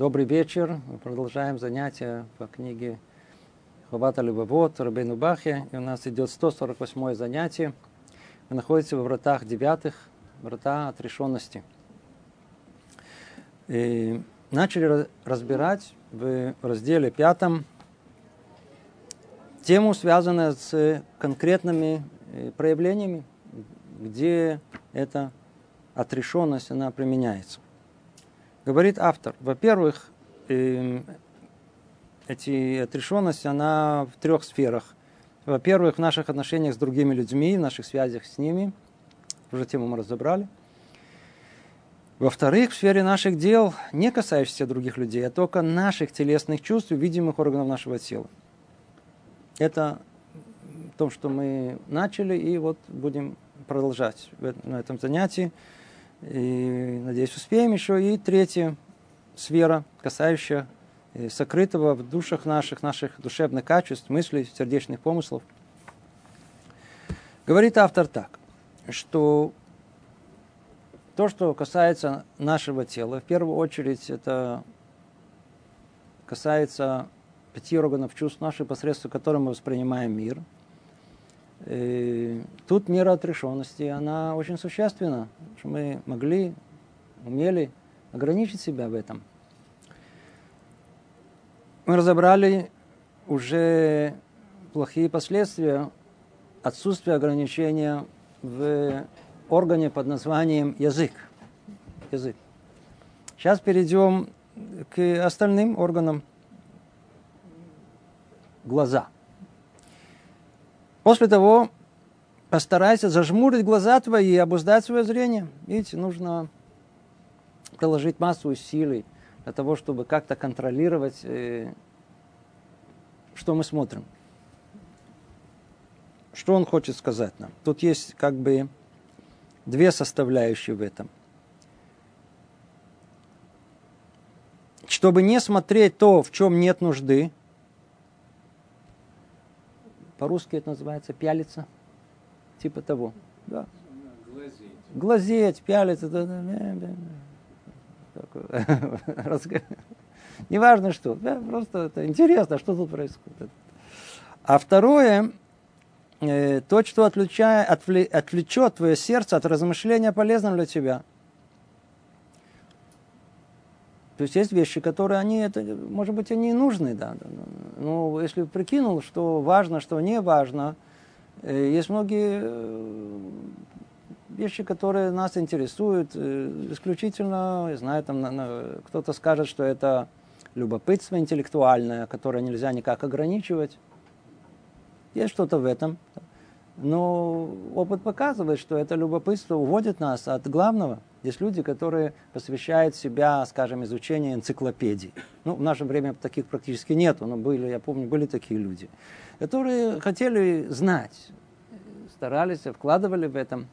Добрый вечер. Мы продолжаем занятия по книге Хават Аль-Левавот Рабейну Бахе. И у нас идет 148 занятие. Мы находимся во вратах 9, врата отрешенности. И начали разбирать в разделе 5 тему, связанную с конкретными проявлениями, где эта отрешенность она применяется. Говорит автор, во-первых, эти отрешенность, она в 3 сферах. Во-первых, в наших отношениях с другими людьми, в наших связях с ними. Уже тему мы разобрали. Во-вторых, в сфере наших дел, не касающихся других людей, а только наших телесных чувств и видимых органов нашего тела. Это то, что мы начали, и вот будем продолжать на этом занятии. И, надеюсь, успеем еще. И 3 сфера, касающая сокрытого в душах наших душевных качеств, мыслей, сердечных помыслов. Говорит автор так, что то, что касается нашего тела, в первую очередь это касается 5 органов чувств наших, посредством которых мы воспринимаем мир. И тут мера отрешенности, она очень существенна, что мы умели ограничить себя в этом. Мы разобрали уже плохие последствия отсутствия ограничения в органе под названием язык. Сейчас перейдем к остальным органам. Глаза. После того постарайся зажмурить глаза твои и обуздать свое зрение. Видите, нужно приложить массу усилий для того, чтобы как-то контролировать, что мы смотрим. Что он хочет сказать нам? Тут есть как бы 2 составляющие в этом. Чтобы не смотреть то, в чем нет нужды, по-русски это называется пялиться, типа того. Да. Глазеть, пялиться. Неважно что. Да, просто это интересно, что тут происходит. А второе, то, что отвлечет твое сердце от размышления полезным для тебя. То есть есть вещи, которые может быть, они нужны, да. Но если прикинул, что важно, что не важно, есть многие вещи, которые нас интересуют, исключительно, я знаю, кто-то скажет, что это любопытство интеллектуальное, которое нельзя никак ограничивать. Есть что-то в этом. Но опыт показывает, что это любопытство уводит нас от главного. Есть люди, которые посвящают себя, скажем, изучению энциклопедий. В наше время таких практически нету, но я помню, были такие люди, которые хотели знать, старались, вкладывали в этом.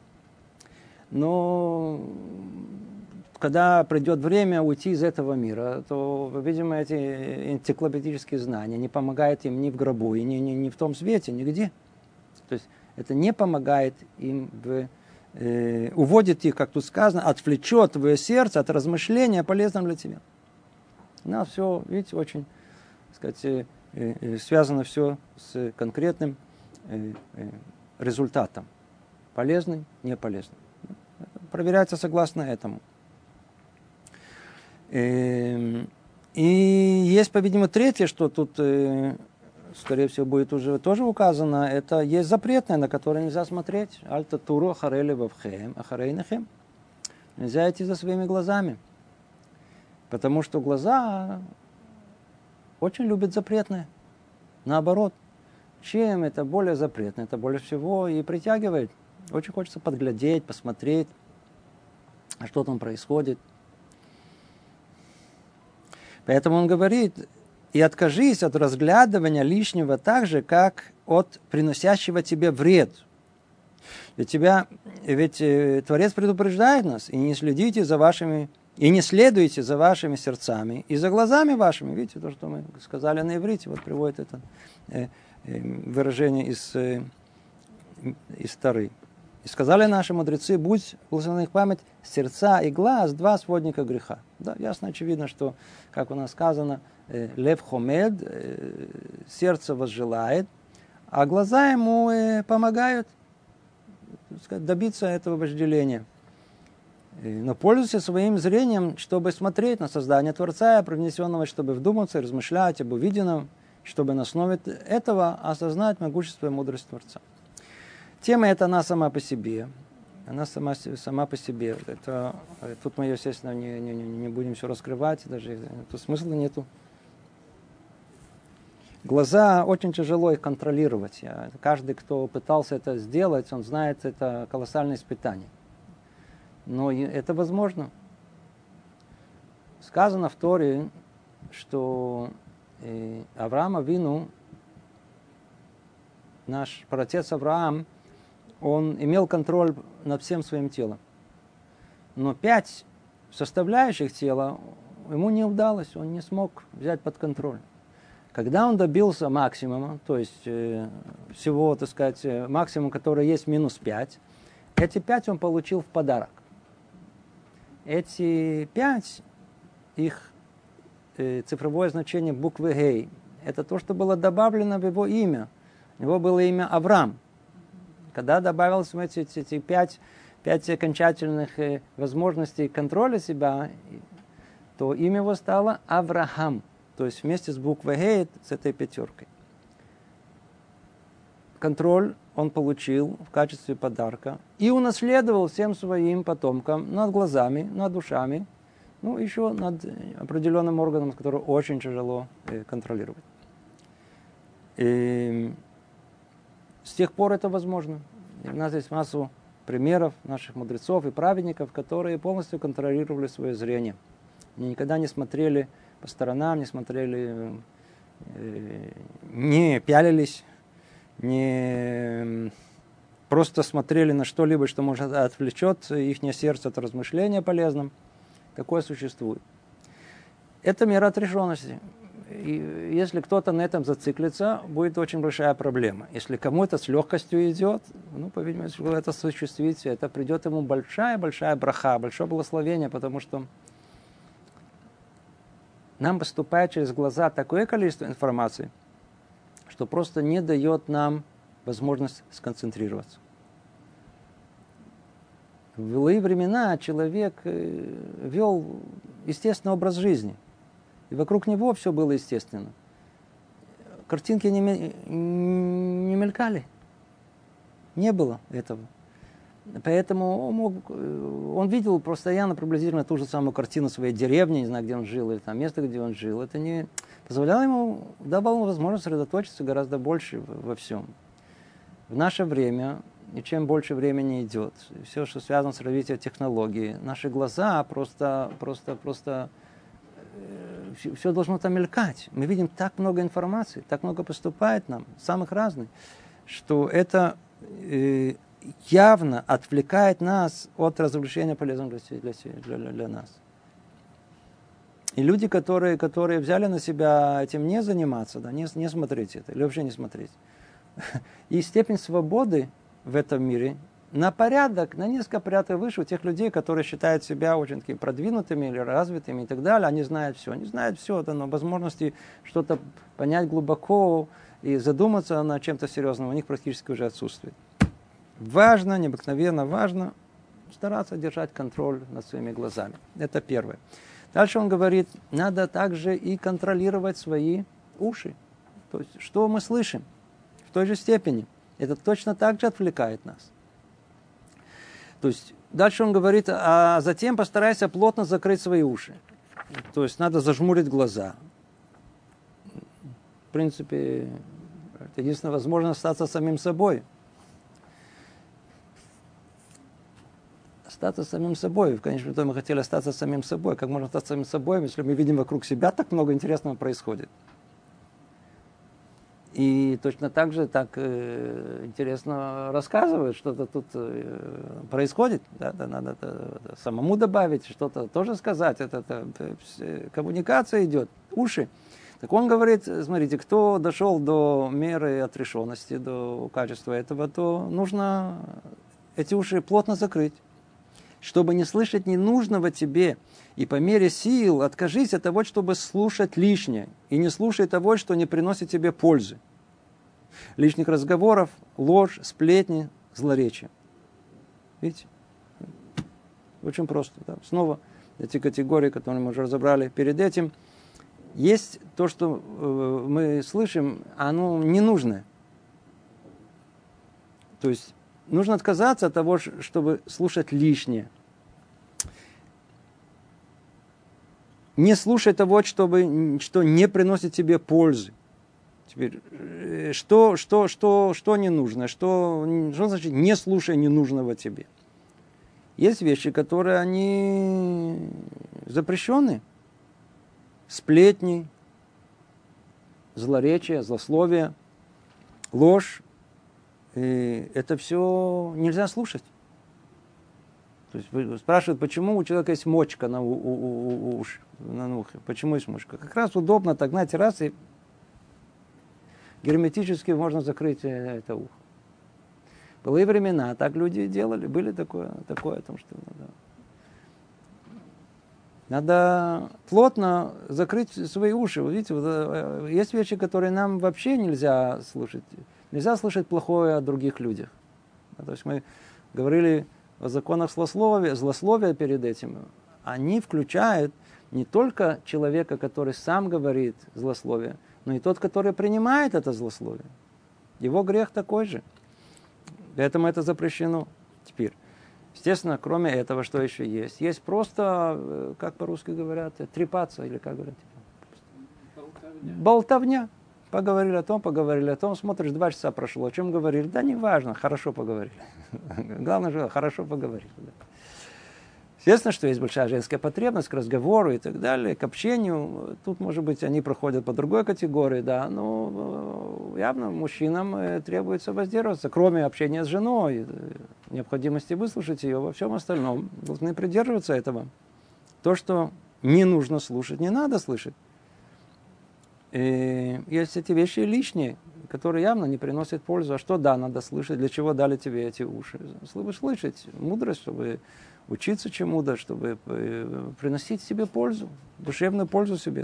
Но когда придет время уйти из этого мира, то, видимо, эти энциклопедические знания не помогают им ни в гробу, и ни в том свете, нигде. То есть это не помогает им уводит их, как тут сказано, отвлечет твое сердце от размышления, полезным для тебя. Все, видите, очень, связано все с конкретным результатом. Полезный, не полезный. Проверяется согласно этому. И есть, по-видимому, 3, что тут, скорее всего, будет уже тоже указано, это есть запретное, на которое нельзя смотреть. Альта туру ахарели вавхем, ахарейнахем. Нельзя идти за своими глазами. Потому что глаза очень любят запретное. Наоборот, чем это более запретное, это более всего и притягивает. Очень хочется подглядеть, посмотреть, что там происходит. Поэтому он говорит, и откажись от разглядывания лишнего так же, как от приносящего тебе вред. Ведь Творец предупреждает нас, и не следуйте за вашими сердцами и за глазами вашими. Видите, то, что мы сказали на иврите, вот приводит это выражение из Торы. И сказали наши мудрецы, будь благословена их память, сердца и глаз, два сводника греха. Да, ясно, очевидно, что, как у нас сказано, лев хомед, сердце возжелает, а глаза ему помогают, так сказать, добиться этого вожделения. Но пользуйся своим зрением, чтобы смотреть на создание Творца, привнесенного, чтобы вдуматься, размышлять об увиденном, чтобы на основе этого осознать могущество и мудрость Творца. Тема эта, она сама по себе. Она сама по себе. Тут мы, естественно, не будем все раскрывать, даже тут смысла нету. Глаза очень тяжело их контролировать. Каждый, кто пытался это сделать, он знает, это колоссальное испытание. Но это возможно. Сказано в Торе, что Авраам Авину, наш праотец Авраам, он имел контроль над всем своим телом. Но 5 составляющих тела ему не удалось, он не смог взять под контроль. Когда он добился максимума, то есть всего, так сказать, максимум, который есть минус 5, эти 5 он получил в подарок. Эти 5, их цифровое значение буквы Гей, это то, что было добавлено в его имя. У него было имя Авраам. Когда добавилось эти 5 окончательных возможностей контроля себя, то имя его стало Авраам. То есть вместе с буквой Гей, с этой 5. Контроль он получил в качестве подарка и унаследовал всем своим потомкам над глазами, над ушами, ну, еще над определенным органом, который очень тяжело контролировать. И с тех пор это возможно. И у нас есть массу примеров наших мудрецов и праведников, которые полностью контролировали свое зрение. Они никогда не смотрели по сторонам, не смотрели, не пялились, не просто смотрели на что-либо, что может отвлечет их сердце от размышления полезным. Такое существует. Это мера отрешенности. И если кто-то на этом зациклится, будет очень большая проблема. Если кому-то с легкостью идет, ну, по-видимому, если вы это осуществите, это придет ему большая-большая браха, большое благословение, потому что нам поступает через глаза такое количество информации, что просто не дает нам возможность сконцентрироваться. В былые времена человек вел естественный образ жизни. И вокруг него все было естественно. Картинки не мелькали. Не было этого. Поэтому он видел постоянно приблизительно ту же самую картину своей деревни, не знаю, где он жил, или там место, где он жил. Это не позволяло ему, давало ему возможность сосредоточиться гораздо больше во всем. В наше время, и чем больше времени идет, все, что связано с развитием технологий, наши глаза просто все должно там мелькать. Мы видим так много информации, так много поступает нам, самых разных, что это явно отвлекает нас от разрушения полезного для нас. И люди, которые взяли на себя этим не заниматься, да, не смотреть это, или вообще не смотреть. И степень свободы в этом мире на порядок, на несколько порядков выше у тех людей, которые считают себя очень такими продвинутыми или развитыми и так далее. Они знают все. Они знают все, но возможности что-то понять глубоко и задуматься над чем-то серьезным у них практически уже отсутствует. Важно, необыкновенно важно стараться держать контроль над своими глазами. Это первое. Дальше он говорит, надо также и контролировать свои уши. То есть, что мы слышим в той же степени. Это точно так же отвлекает нас. То есть, дальше он говорит, а затем постарайся плотно закрыть свои уши. То есть, надо зажмурить глаза. В принципе, это единственная возможность остаться самим собой. Остаться самим собой. В конечном итоге мы хотели остаться самим собой. Как можно остаться самим собой, если мы видим вокруг себя так много интересного происходит. И точно так же интересно рассказывают, что-то тут происходит. Да, надо самому добавить, что-то тоже сказать. Коммуникация идет, уши. Так он говорит, смотрите, кто дошел до меры отрешенности, до качества этого, то нужно эти уши плотно закрыть, чтобы не слышать ненужного тебе, и по мере сил откажись от того, чтобы слушать лишнее, и не слушай того, что не приносит тебе пользы. Лишних разговоров, ложь, сплетни, злоречие. Видите? Очень просто. Да? Снова эти категории, которые мы уже разобрали перед этим. Есть то, что мы слышим, оно ненужное. То есть нужно отказаться от того, чтобы слушать лишнее. Не слушай того, что не приносит тебе пользы. Теперь, что не нужно? Что значит не слушай ненужного тебе? Есть вещи, которые они запрещены. Сплетни, злоречие, злословие, ложь. И это все нельзя слушать. То есть спрашивают, почему у человека есть мочка на ухе. Почему есть мочка? Как раз удобно так, знаете, раз и герметически можно закрыть это ухо. Былые времена, так люди делали, были такое там, что надо плотно закрыть свои уши. Вы видите, есть вещи, которые нам вообще нельзя слушать. Нельзя слышать плохое о других людях. То есть мы говорили о законах злословия перед этим. Они включают не только человека, который сам говорит злословие, но и тот, который принимает это злословие. Его грех такой же. Поэтому это запрещено теперь. Естественно, кроме этого, что еще есть? Есть просто, как по-русски говорят, трепаться, или как говорят? Болтовня. Поговорили о том, смотришь, 2 часа прошло. О чем говорили? Да не важно, хорошо поговорили. Главное же, хорошо поговорили. Естественно, что есть большая женская потребность к разговору и так далее, к общению. Тут, может быть, они проходят по другой категории, да, но явно мужчинам требуется воздерживаться, кроме общения с женой, необходимости выслушать ее, во всем остальном должны придерживаться этого. То, что не нужно слушать, не надо слышать. И есть эти вещи лишние, которые явно не приносят пользу. А что да, надо слышать? Для чего дали тебе эти уши? Чтобы слышать мудрость, чтобы учиться чему-то, чтобы приносить себе пользу, душевную пользу себе.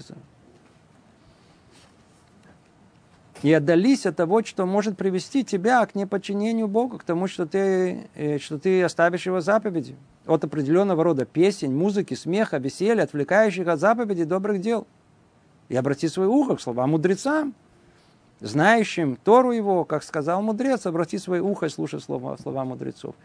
И отдались от того, что может привести тебя к неподчинению Богу, к тому, что ты оставишь его заповеди. От определенного рода песен, музыки, смеха, веселья, отвлекающих от заповедей добрых дел. И обрати свое ухо к словам мудрецам, знающим Тору его, как сказал мудрец, обрати свое ухо и слушай слова мудрецов.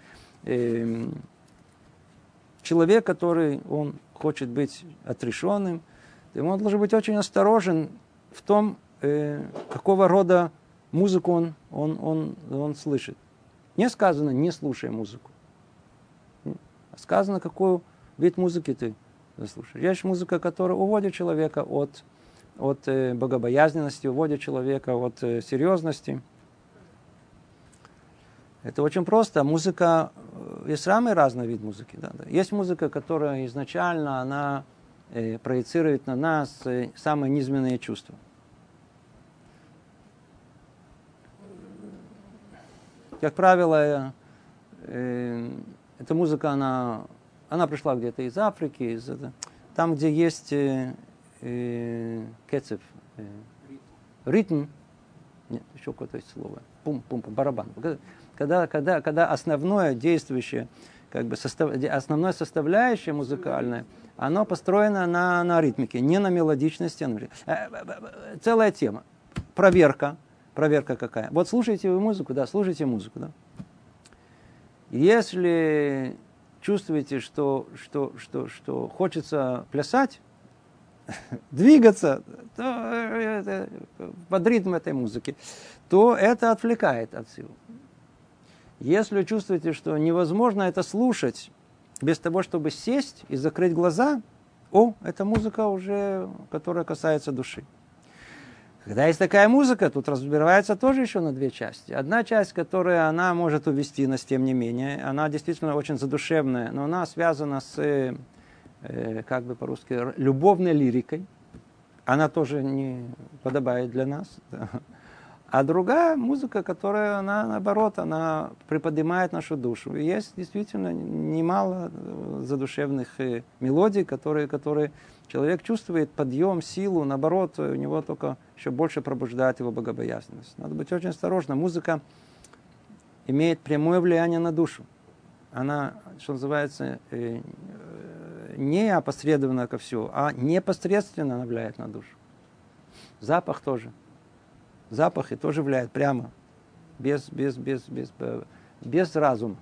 Человек, который он хочет быть отрешенным, он должен быть очень осторожен в том, какого рода музыку он слышит. Не сказано «не слушай музыку», а сказано, какой вид музыки ты слушаешь. Есть музыка, которая уводит человека от богобоязненности, уводит человека от серьезности. Это очень просто. Музыка, есть самый разный вид музыки. Да. Есть музыка, которая изначально она проецирует на нас самые низменные чувства. Как правило, эта музыка, она пришла где-то из Африки, там, где есть кецев, ритм, нет, еще какое-то есть слово, пум-пум, барабан. Когда основное действующее, основная составляющая музыкальная, оно построено на ритмике, не на мелодичности. Целая тема. Проверка какая. Вот слушайте вы музыку, да, слушайте музыку, да. Если чувствуете, что хочется плясать, двигаться под ритм этой музыки, то это отвлекает от всего. Если чувствуете, что невозможно это слушать без того, чтобы сесть и закрыть глаза, это музыка уже, которая касается души. Когда есть такая музыка, тут разбирается тоже еще на 2 части. Одна часть, которая она может увести нас, тем не менее, она действительно очень задушевная, но она связана с, как бы по-русски, любовной лирикой. Она тоже не подобает для нас. А другая музыка, которая, она, наоборот, она приподнимает нашу душу. И есть действительно немало задушевных мелодий, которые человек чувствует подъем, силу, наоборот, у него только еще больше пробуждает его богобоязненность. Надо быть очень осторожным. Музыка имеет прямое влияние на душу. Она, что называется, не опосредованно ко всему, а непосредственно она влияет на душу. Запах тоже. Запахи тоже влияют прямо, без разума.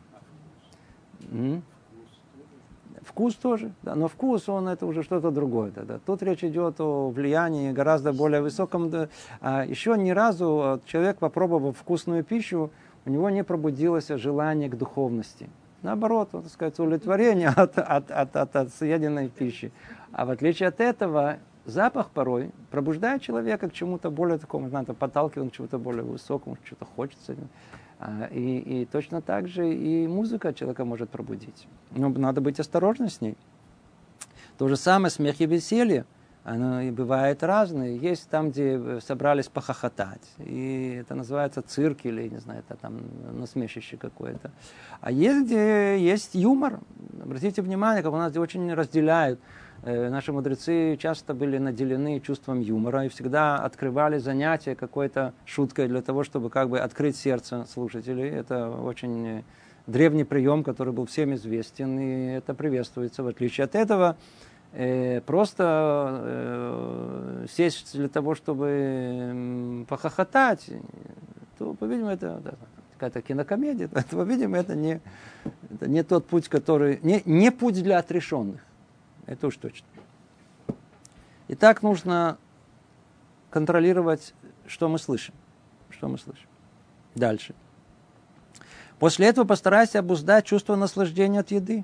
Вкус тоже, да, но вкус, он это уже что-то другое. Да. Тут речь идет о влиянии гораздо более высоком. Да. А еще ни разу человек, попробовав вкусную пищу, у него не пробудилось желание к духовности. Наоборот, так сказать, удовлетворение от съеденной пищи. А в отличие от этого, запах порой пробуждает человека к чему-то более такому, знаете, подталкивает к чему-то более высокому, что-то хочется. И точно так же и музыка человека может пробудить. Но надо быть осторожным с ней. То же самое смех и веселье. Оно и бывает разное. Есть там, где собрались похохотать. И это называется цирк или, не знаю, это там насмешище какое-то. А есть, где есть юмор. Обратите внимание, как у нас очень разделяют. Наши мудрецы часто были наделены чувством юмора и всегда открывали занятия какой-то шуткой для того, чтобы как бы открыть сердце слушателей. Это очень древний прием, который был всем известен, и это приветствуется. В отличие от этого, просто сесть для того, чтобы похохотать, то, по-видимому, это какая-то кинокомедия. По-видимому, это не тот путь, который... Не путь для отрешенных. Это уж точно. И так нужно контролировать, что мы слышим. Дальше. После этого постарайся обуздать чувство наслаждения от еды.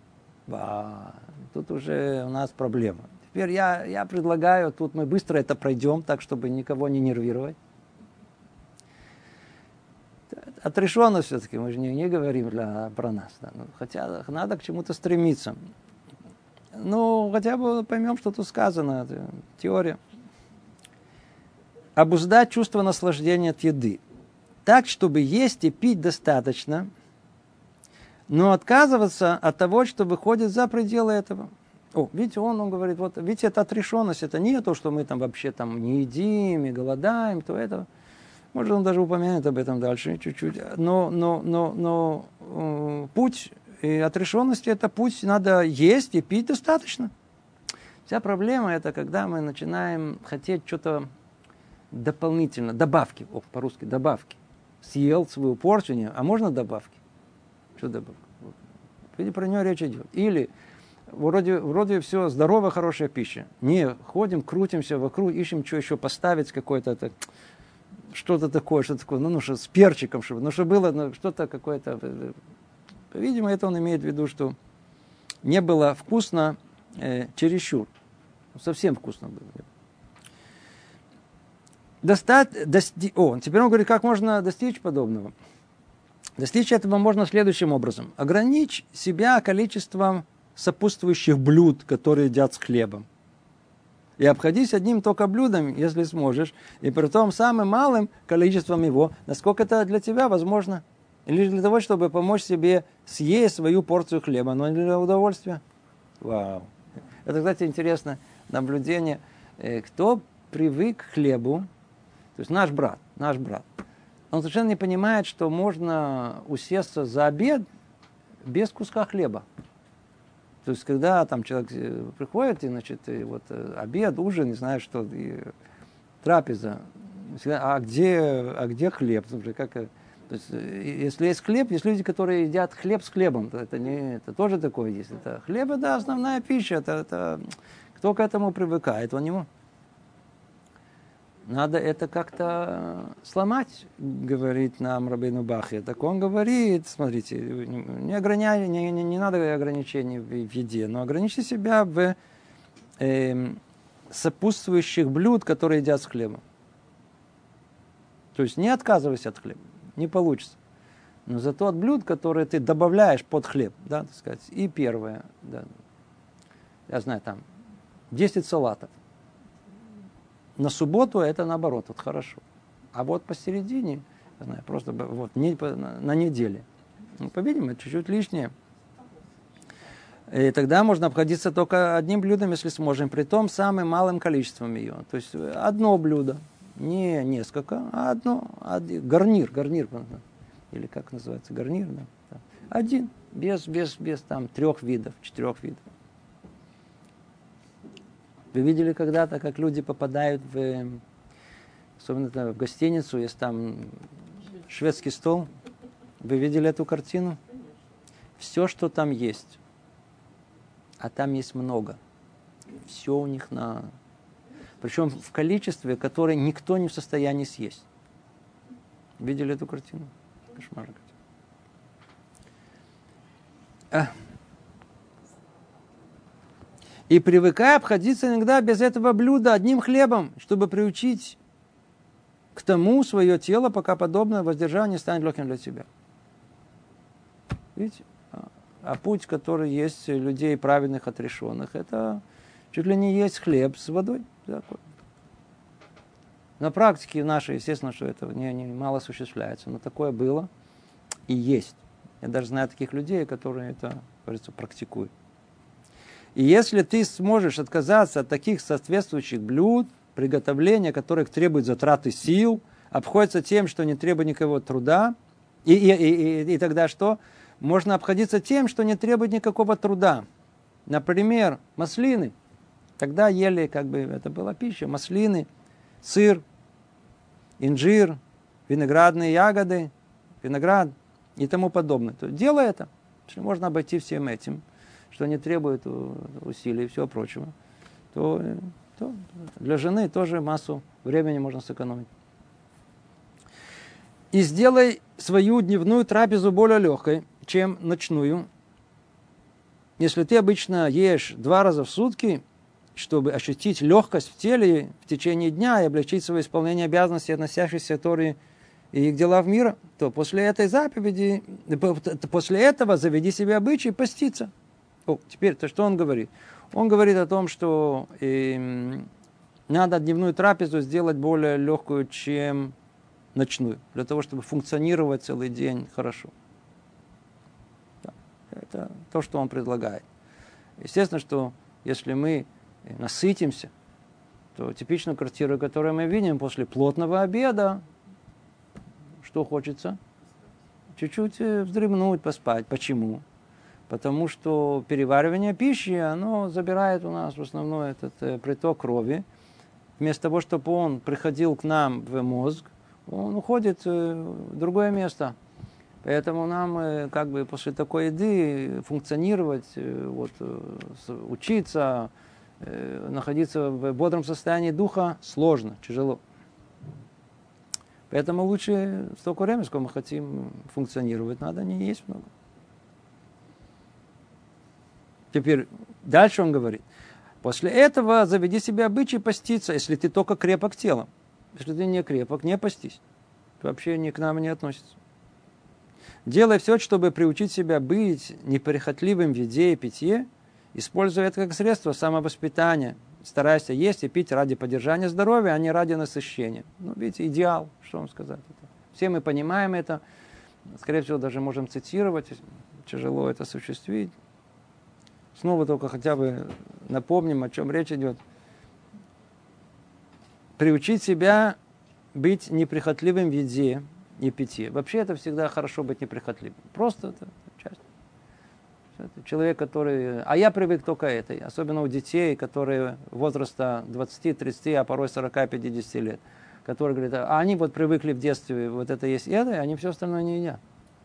Тут уже у нас проблема. Теперь я предлагаю, тут мы быстро это пройдем, так, чтобы никого не нервировать. Отрешенность все-таки, мы же не говорим про нас. Да. Хотя надо к чему-то стремиться. Хотя бы поймем, что тут сказано. Это теория. Обуздать чувство наслаждения от еды. Так, чтобы есть и пить достаточно, но отказываться от того, что выходит за пределы этого. Видите, он говорит, видите, это отрешенность, это не то, что мы там вообще там не едим и голодаем, то это. Может, он даже упомянет об этом дальше чуть-чуть. Но путь и отрешенности, это путь, надо есть и пить достаточно. Вся проблема это, когда мы начинаем хотеть что-то дополнительно, добавки, по-русски добавки. Съел свою порцию, а можно добавки? Что добавки? Видите, про нее речь идет. Или вроде все здоровая, хорошая пища. Не, ходим, крутимся вокруг, ищем, что еще поставить, какое-то что-то такое, что с перчиком, чтобы было что-то какое-то. Видимо, это он имеет в виду, что не было вкусно чересчур. Совсем вкусно было. Теперь он говорит, как можно достичь подобного. Достичь этого можно следующим образом. Ограничь себя количеством сопутствующих блюд, которые едят с хлебом. И обходись одним только блюдом, если сможешь, и при том самым малым количеством его, насколько это для тебя возможно. Или для того, чтобы помочь себе съесть свою порцию хлеба, но не для удовольствия. Вау. Это, кстати, интересное наблюдение. Кто привык к хлебу, то есть наш брат, он совершенно не понимает, что можно усесться за обед без куска хлеба. То есть, когда там человек приходит, и, обед, ужин, не знаю что, и трапеза, а где хлеб? То есть, если есть хлеб, есть люди, которые едят хлеб с хлебом, то это тоже такое есть. Это хлеб, это основная пища, это кто к этому привыкает, он не. Надо это как-то сломать, говорит нам Рабейну Бахья. Так он говорит, смотрите, не надо ограничений в еде, но ограничьте себя в сопутствующих блюд, которые едят с хлебом. То есть не отказывайся от хлеба, не получится. Но зато от блюд, которые ты добавляешь под хлеб, да, так сказать, и первое, да, я знаю, там 10 салатов. На субботу это наоборот, хорошо. А вот посередине, не знаю, просто вот на неделе. Ну, по-видимому, чуть-чуть лишнее. И тогда можно обходиться только одним блюдом, если сможем, при том самым малым количеством ее. То есть одно блюдо, не несколько, а одно, гарнир, или как называется, гарнир, да? Один, без там 3 видов, 4 видов. Вы видели когда-то, как люди попадают особенно в гостиницу, есть там шведский стол? Вы видели эту картину? Все, что там есть, а там есть много. Все у них Причем в количестве, которое никто не в состоянии съесть. Видели эту картину? Кошмар. И привыкай обходиться иногда без этого блюда одним хлебом, чтобы приучить к тому свое тело, пока подобное воздержание станет легким для тебя. Видите? А путь, который есть людей праведных, отрешенных, это чуть ли не есть хлеб с водой. На практике нашей, естественно, что это не мало осуществляется, но такое было и есть. Я даже знаю таких людей, которые это, говорится, практикуют. И если ты сможешь отказаться от таких соответствующих блюд, приготовления которых требует затраты сил, обходится тем, что не требует никакого труда, и тогда что? Можно обходиться тем, что не требует никакого труда. Например, маслины. Тогда ели, это была пища, маслины, сыр, инжир, виноградные ягоды, виноград и тому подобное. То делай это. Если можно обойти всем этим, что не требует усилий и всего прочего, то для жены тоже массу времени можно сэкономить. И сделай свою дневную трапезу более легкой, чем ночную. Если ты обычно ешь 2 раза в сутки, чтобы ощутить легкость в теле в течение дня и облегчить свое исполнение обязанностей, относящихся к Торе и к делам мира, то после этой заповеди, после этого заведи себе обычай поститься. Теперь, то что он говорит? Он говорит о том, что надо дневную трапезу сделать более легкую, чем ночную, для того, чтобы функционировать целый день хорошо. Это то, что он предлагает. Естественно, что если мы насытимся, то типичную квартиру, которую мы видим после плотного обеда, что хочется? Чуть-чуть вздремнуть, поспать. Почему? Потому что переваривание пищи, оно забирает у нас в основном этот приток крови. Вместо того, чтобы он приходил к нам в мозг, он уходит в другое место. Поэтому нам после такой еды функционировать, учиться, находиться в бодром состоянии духа сложно, тяжело. Поэтому лучше столько времени, сколько мы хотим функционировать, надо не есть много. Теперь дальше он говорит. После этого заведи себе обычай поститься, если ты только крепок телом. Если ты не крепок, не постись. Это вообще к нам не относится. Делай все, чтобы приучить себя быть неприхотливым в еде и питье, используя это как средство самовоспитания. Старайся есть и пить ради поддержания здоровья, а не ради насыщения. Видите, идеал, что вам сказать. Все мы понимаем это. Скорее всего, даже можем цитировать. Тяжело это осуществить. Снова только хотя бы напомним, о чем речь идет. Приучить себя быть неприхотливым в еде и питье. Вообще это всегда хорошо быть неприхотливым. Просто это часть. Человек, который... А я привык только этой. Особенно у детей, которые возраста 20, 30, а порой 40, 50 лет. Которые говорят, а они привыкли в детстве, это есть это, и они все остальное не едят.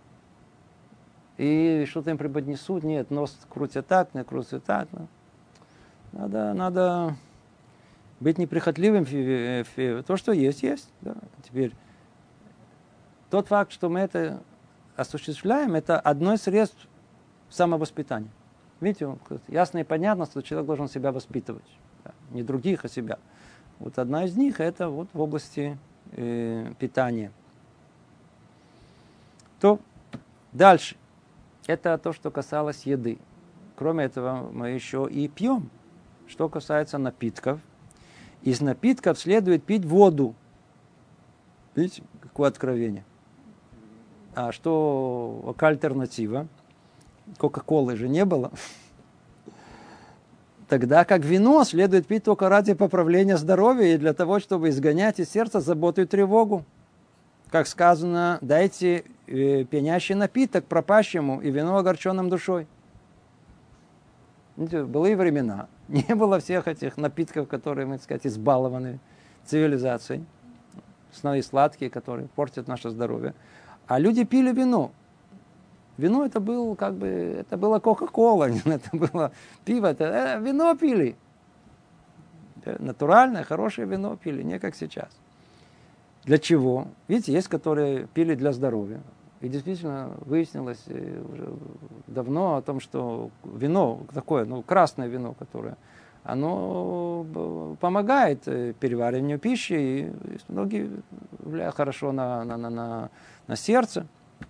И что-то им преподнесут, нет, нос крутят так, не крутят так. Надо быть неприхотливым в то, что есть. Да. Теперь, тот факт, что мы это осуществляем, это одно из средств самовоспитания. Видите, ясно и понятно, что человек должен себя воспитывать. Да. Не других, а себя. Одна из них, это в области питания. То дальше. Это то, что касалось еды. Кроме этого, мы еще и пьем. Что касается напитков. Из напитков следует пить воду. Видите, какое откровение. А что, какая альтернатива? Кока-колы же не было. Тогда как вино следует пить только ради поправления здоровья и для того, чтобы изгонять из сердца заботу и тревогу. Как сказано, дайте пьянящий напиток пропащему и вино огорченным душой. Были времена, не было всех этих напитков, которые, мы, так сказать, избалованы цивилизацией, и сладкие, которые портят наше здоровье. А люди пили вино. Вино это было это было Кока-Кола, это было пиво, вино пили. Натуральное, хорошее вино пили, не как сейчас. Для чего? Видите, есть, которые пили для здоровья. И действительно выяснилось уже давно о том, что вино такое, красное вино, которое, оно помогает перевариванию пищи и многие влияет хорошо на сердце.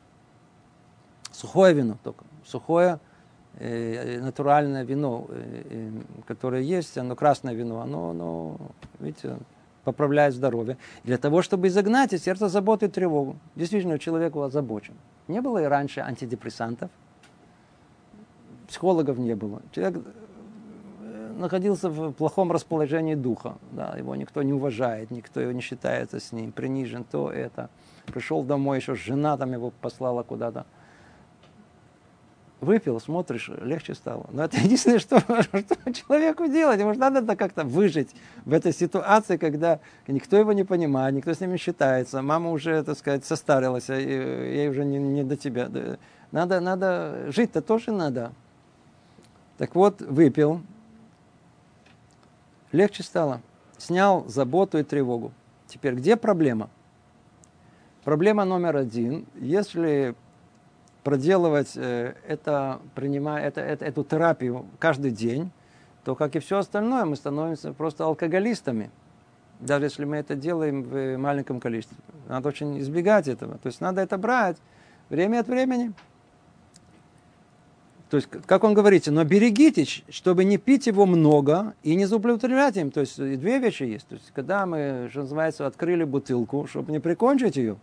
Сухое вино только. Сухое натуральное вино, которое есть, оно красное вино, оно видите, поправляет здоровье. Для того, чтобы изогнать из сердца заботу и тревогу. Действительно, человек озабочен. Не было и раньше антидепрессантов. Психологов не было. Человек находился в плохом расположении духа. Да, его никто не уважает, никто его не считается с ним, принижен, то это. Пришел домой, еще жена там его послала куда-то. Выпил, смотришь, легче стало. Но это единственное, что человеку делать. Ему же надо как-то выжить в этой ситуации, когда никто его не понимает, никто с ним не считается. Мама уже, так сказать, состарилась, ей уже не до тебя. Надо жить-то тоже надо. Так вот, выпил, легче стало. Снял заботу и тревогу. Теперь, где проблема? Проблема номер один. Если проделывать эту терапию каждый день, то, как и все остальное, мы становимся просто алкоголистами. Даже если мы это делаем в маленьком количестве. Надо очень избегать этого. То есть надо это брать время от времени. То есть, как он говорит, но берегитесь, чтобы не пить его много и не злоупотреблять им. То есть, две вещи есть. То есть, когда мы, что называется, открыли бутылку, чтобы не прикончить ее,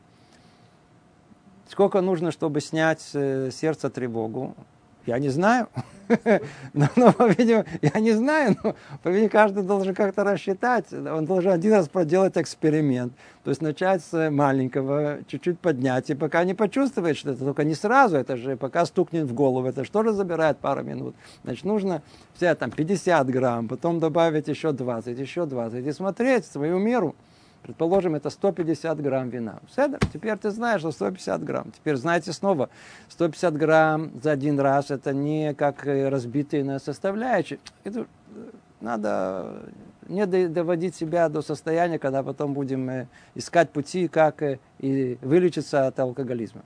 сколько нужно, чтобы снять с сердца тревогу? Я не знаю. Но, по-видимому, я не знаю, но, по-видимому, каждый должен как-то рассчитать. Он должен один раз проделать эксперимент. То есть начать с маленького, чуть-чуть поднять, и пока не почувствует, что это только не сразу, это же пока стукнет в голову, это же тоже забирает пару минут. Значит, нужно взять там 50 грамм, потом добавить еще 20, и смотреть свою меру. Предположим, это 150 грамм вина. Теперь ты знаешь, что 150 грамм. Теперь знаете снова, 150 грамм за один раз, это не как разбитые на составляющие. Это надо не доводить себя до состояния, когда потом будем искать пути, как и вылечиться от алкоголизма.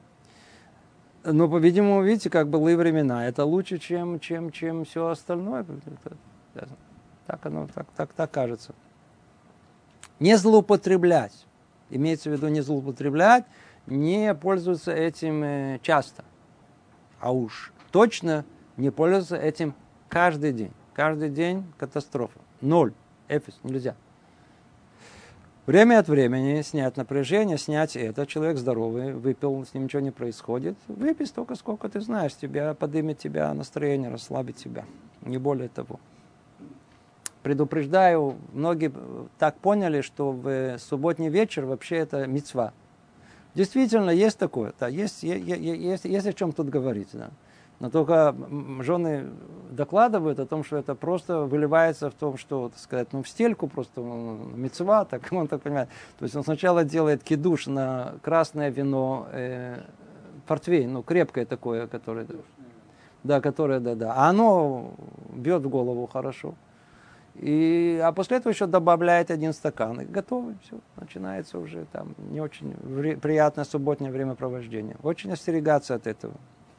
Но, по-видимому, видите, как были времена. Это лучше, чем все остальное. Так оно, так кажется. Не злоупотреблять. Имеется в виду не злоупотреблять, не пользоваться этим часто. А уж точно не пользоваться этим каждый день. Каждый день катастрофа. 0. Эфис. Нельзя. Время от времени снять напряжение, снять это. Человек здоровый, выпил, с ним ничего не происходит. Выпей столько, сколько ты знаешь. Тебя поднимет тебя настроение, расслабит тебя. Не более того. Предупреждаю, многие так поняли, что в субботний вечер вообще это мицва. Действительно, есть такое. Да, есть о чем тут говорить. Да. Но только жены докладывают о том, что это просто выливается в том, что, так сказать, в стельку просто мицва, так он так понимает. То есть он сначала делает кидуш на красное вино, портвейн, крепкое такое, которое... Да, а оно бьет в голову хорошо. А после этого еще добавляет 1 стакан. И готово, все. Начинается уже там не очень приятное субботнее времяпровождение. Очень остерегаться от этого.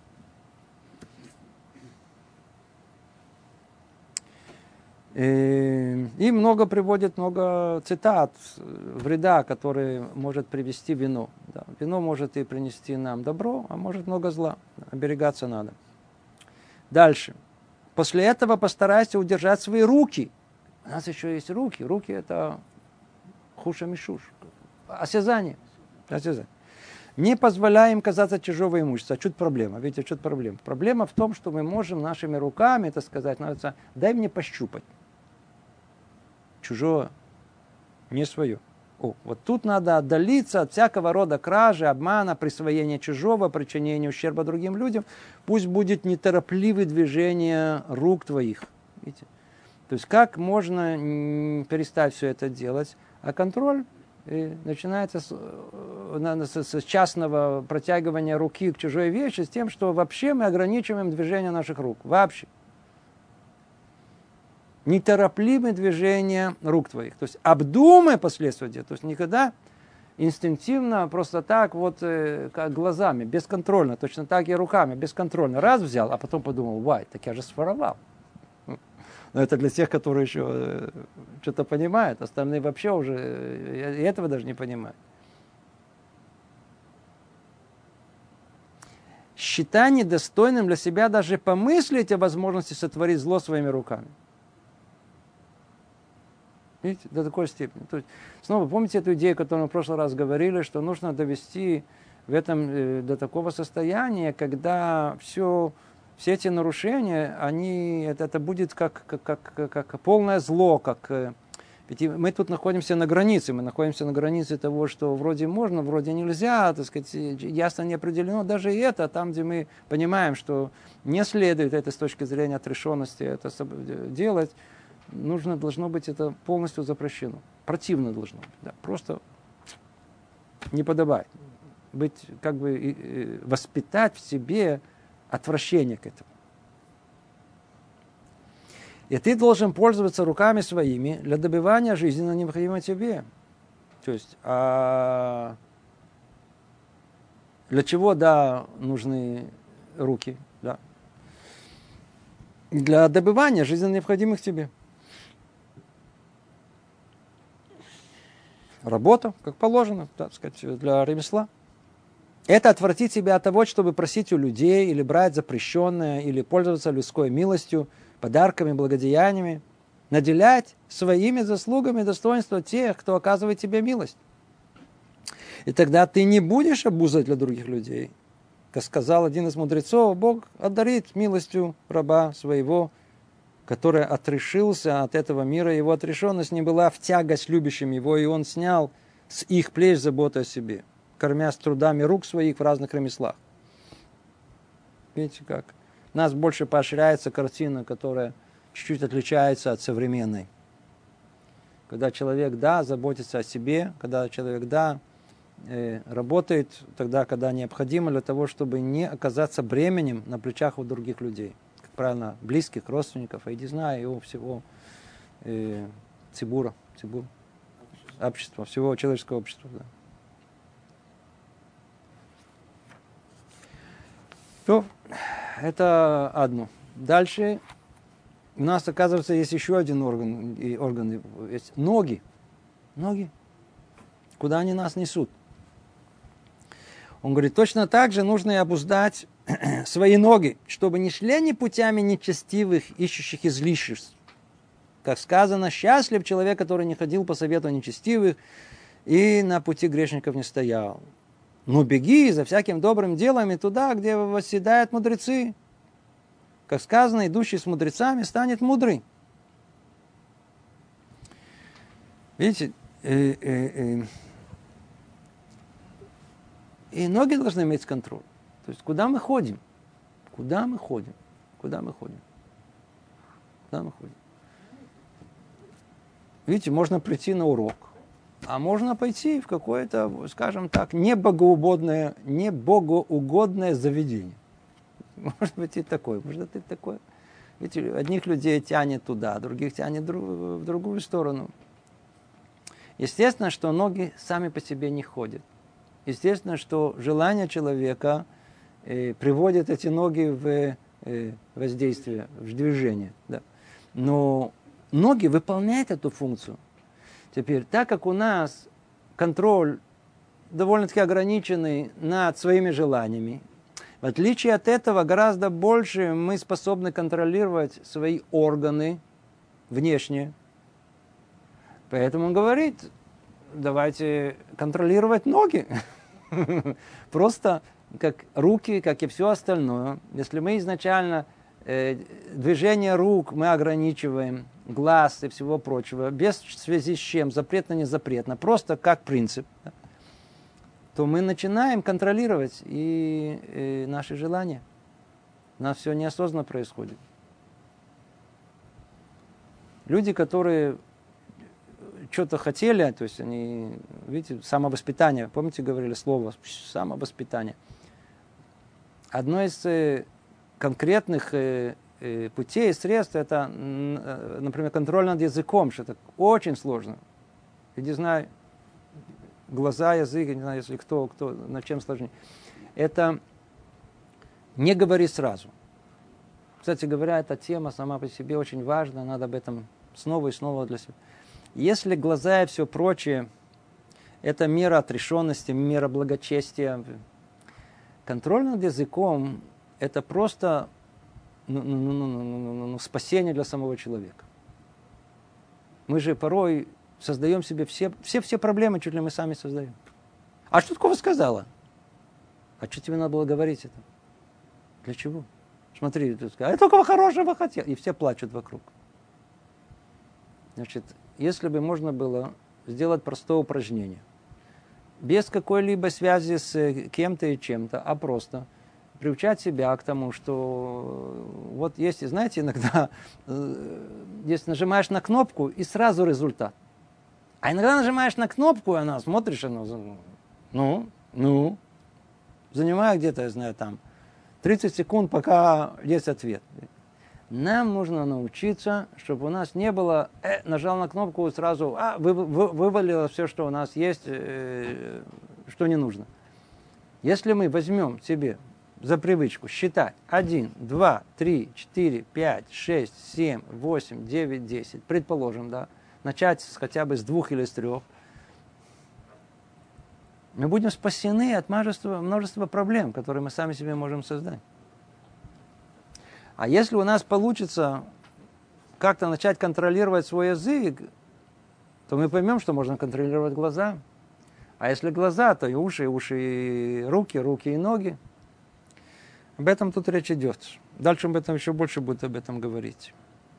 И приводит много цитат вреда, который может привести вино. Да. Вино может и принести нам добро, а может много зла. Оберегаться надо. Дальше. После этого постарайся удержать свои руки. У нас еще есть руки. Руки это хуша мишуш. осязание. Осязание. Не позволяем казаться чужого имущества. А что проблема? Видите, что проблема? Проблема в том, что мы можем нашими руками, это сказать, дай мне пощупать. Чужое, не свое. Вот тут надо отдалиться от всякого рода кражи, обмана, присвоения чужого, причинения ущерба другим людям. Пусть будет неторопливое движение рук твоих. Видите? То есть как можно перестать все это делать, а контроль начинается с частного протягивания руки к чужой вещи, с тем, что вообще мы ограничиваем движение наших рук. Вообще. Неторопливое движение рук твоих. То есть обдумай последствия. То есть никогда инстинктивно, просто так, вот как глазами, бесконтрольно, точно так и руками, бесконтрольно. Раз взял, а потом подумал, так я же своровал. Но это для тех, которые еще что-то понимают. Остальные вообще уже этого даже не понимают. Считай недостойным для себя даже помыслить о возможности сотворить зло своими руками. Видите, до такой степени. То есть, снова, помните эту идею, которую мы в прошлый раз говорили, что нужно довести в этом до такого состояния, когда все эти нарушения, это будет как полное зло, ведь мы тут находимся на границе, того, что вроде можно, вроде нельзя, так сказать, ясно не определено, даже и это, там, где мы понимаем, что не следует это с точки зрения отрешенности это делать, должно быть это полностью запрещено. Противно должно быть. Да, просто не подобает. Воспитать в себе отвращение к этому. И ты должен пользоваться руками своими для добивания жизненно необходимого тебе. То есть, для чего, нужны руки? Да. Для добывания жизненно необходимых тебе. Работа, как положено, так сказать, для ремесла. Это отвратит тебя от того, чтобы просить у людей, или брать запрещенное, или пользоваться людской милостью, подарками, благодеяниями, наделять своими заслугами достоинство тех, кто оказывает тебе милость. И тогда ты не будешь обузой для других людей. Как сказал один из мудрецов, Бог одарит милостью раба своего, который отрешился от этого мира, его отрешенность не была в тягость любящим его, и он снял с их плеч заботу о себе, кормясь трудами рук своих в разных ремеслах. Видите как? У нас больше поощряется картина, которая чуть-чуть отличается от современной. Когда человек, заботится о себе, когда человек, работает тогда, когда необходимо для того, чтобы не оказаться бременем на плечах у других людей. Правильно, близких, родственников, я не знаю, и всего цибура, общества, всего человеческого общества. Да. То, это одно. Дальше у нас, оказывается, есть еще один орган, есть ноги. Ноги. Куда они нас несут? Он говорит, точно так же нужно и обуздать свои ноги, чтобы не шли они путями нечестивых, ищущих излишеств. Как сказано, счастлив человек, который не ходил по совету нечестивых и на пути грешников не стоял. Но беги за всяким добрым делом и туда, где восседают мудрецы. Как сказано, идущий с мудрецами станет мудрый. Видите, и ноги должны иметь контроль. То есть, куда мы ходим? Куда мы ходим? Видите, можно прийти на урок, а можно пойти в какое-то, скажем так, небогоугодное заведение. Может быть и такое, может и такое. Видите, одних людей тянет туда, других тянет в другую сторону. Естественно, что ноги сами по себе не ходят. Естественно, что желание человека приводит эти ноги в воздействие, в движение. Да. Но ноги выполняют эту функцию. Теперь, так как у нас контроль довольно-таки ограниченный над своими желаниями, в отличие от этого, гораздо больше мы способны контролировать свои органы внешние. Поэтому он говорит, давайте контролировать ноги. Просто как руки, как и все остальное. Если мы изначально движение рук мы ограничиваем, глаз и всего прочего, без связи с чем, запретно, не запретно, просто как принцип, то мы начинаем контролировать и наши желания. У нас все неосознанно происходит. Люди, которые что-то хотели, то есть они, видите, самовоспитание, помните, говорили слово самовоспитание. Одно из конкретных путей и средств, это, например, контроль над языком, что это очень сложно. Я не знаю, глаза, язык, я не знаю, если кто над чем сложнее. Это не говори сразу. Кстати говоря, эта тема сама по себе очень важна, надо об этом снова и снова для себя. Если глаза и все прочее, это мера отрешенности, мера благочестия. Контроль над языком – это просто спасение для самого человека. Мы же порой создаем себе все проблемы, чуть ли мы сами создаем. А что такого сказала? А что тебе надо было говорить это? Для чего? Смотри, ты сказал, я только хорошего хотел. И все плачут вокруг. Значит, если бы можно было сделать простое упражнение, без какой-либо связи с кем-то и чем-то, а просто приучать себя к тому, что вот есть, знаете, иногда если нажимаешь на кнопку, и сразу результат. А иногда нажимаешь на кнопку, и она, смотришь, она, занимает где-то, я знаю, там, 30 секунд, пока есть ответ. Нам нужно научиться, чтобы у нас не было, нажал на кнопку, сразу вывалило все, что у нас есть, что не нужно. Если мы возьмем себе за привычку считать 1, 2, 3, 4, 5, 6, 7, 8, 9, 10, предположим, да, начать хотя бы с 2 или с 3, мы будем спасены от множества проблем, которые мы сами себе можем создать. А если у нас получится как-то начать контролировать свой язык, то мы поймем, что можно контролировать глаза. А если глаза, то и уши, и руки и ноги. Об этом тут речь идет. Дальше об этом еще больше будет об этом говорить.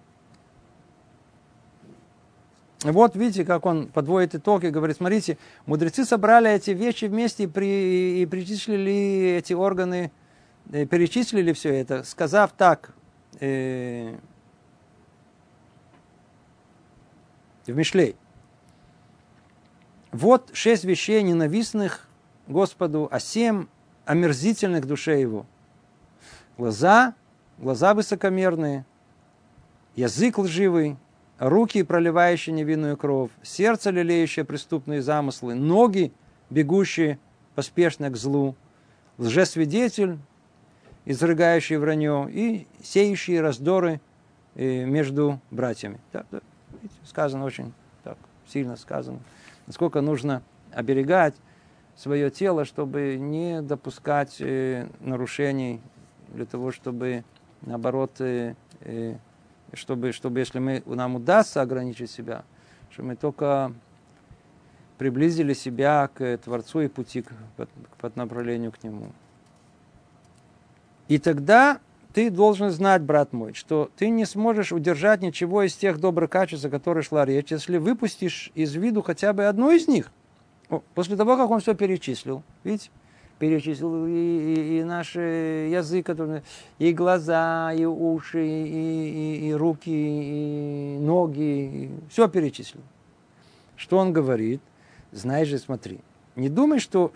Вот видите, как он подводит итог и говорит, смотрите, мудрецы собрали эти вещи вместе и перечислили эти органы, перечислили все это, сказав так, в Мишлей. Вот 6 вещей ненавистных Господу, а 7 омерзительных душе его. Глаза высокомерные, язык лживый, руки, проливающие невинную кровь, сердце, лелеющее преступные замыслы, ноги, бегущие поспешно к злу, лжесвидетель, изрыгающий вранье, и сеющие раздоры между братьями. Да, сказано очень так, сильно сказано. Насколько нужно оберегать свое тело, чтобы не допускать нарушений, для того, чтобы, наоборот, чтобы если нам удастся ограничить себя, чтобы мы только приблизили себя к Творцу и пути по направлению к Нему. И тогда ты должен знать, брат мой, что ты не сможешь удержать ничего из тех добрых качеств, о которых шла речь, если выпустишь из виду хотя бы одно из них. После того, как он все перечислил, видите, перечислил и наш язык, и глаза, и уши, и руки, и ноги, все перечислил. Что он говорит? Знаешь же, смотри, не думай, что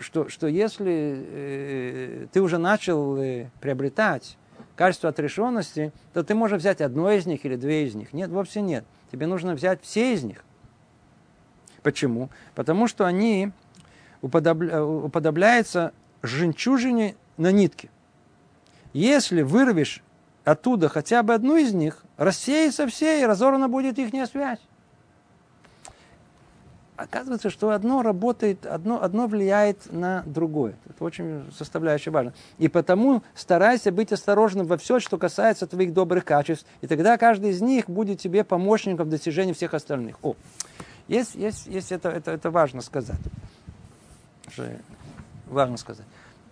если ты уже начал приобретать качество отрешенности, то ты можешь взять одно из них или 2 из них. Нет, вовсе нет. Тебе нужно взять все из них. Почему? Потому что они уподобляются жемчужине на нитке. Если вырвешь оттуда хотя бы одну из них, рассеется все, и разорвана будет их связь. Оказывается, что одно работает, одно влияет на другое. Это очень составляющая важно. И потому старайся быть осторожным во всем, что касается твоих добрых качеств. И тогда каждый из них будет тебе помощником в достижении всех остальных. Это важно сказать. Важно сказать.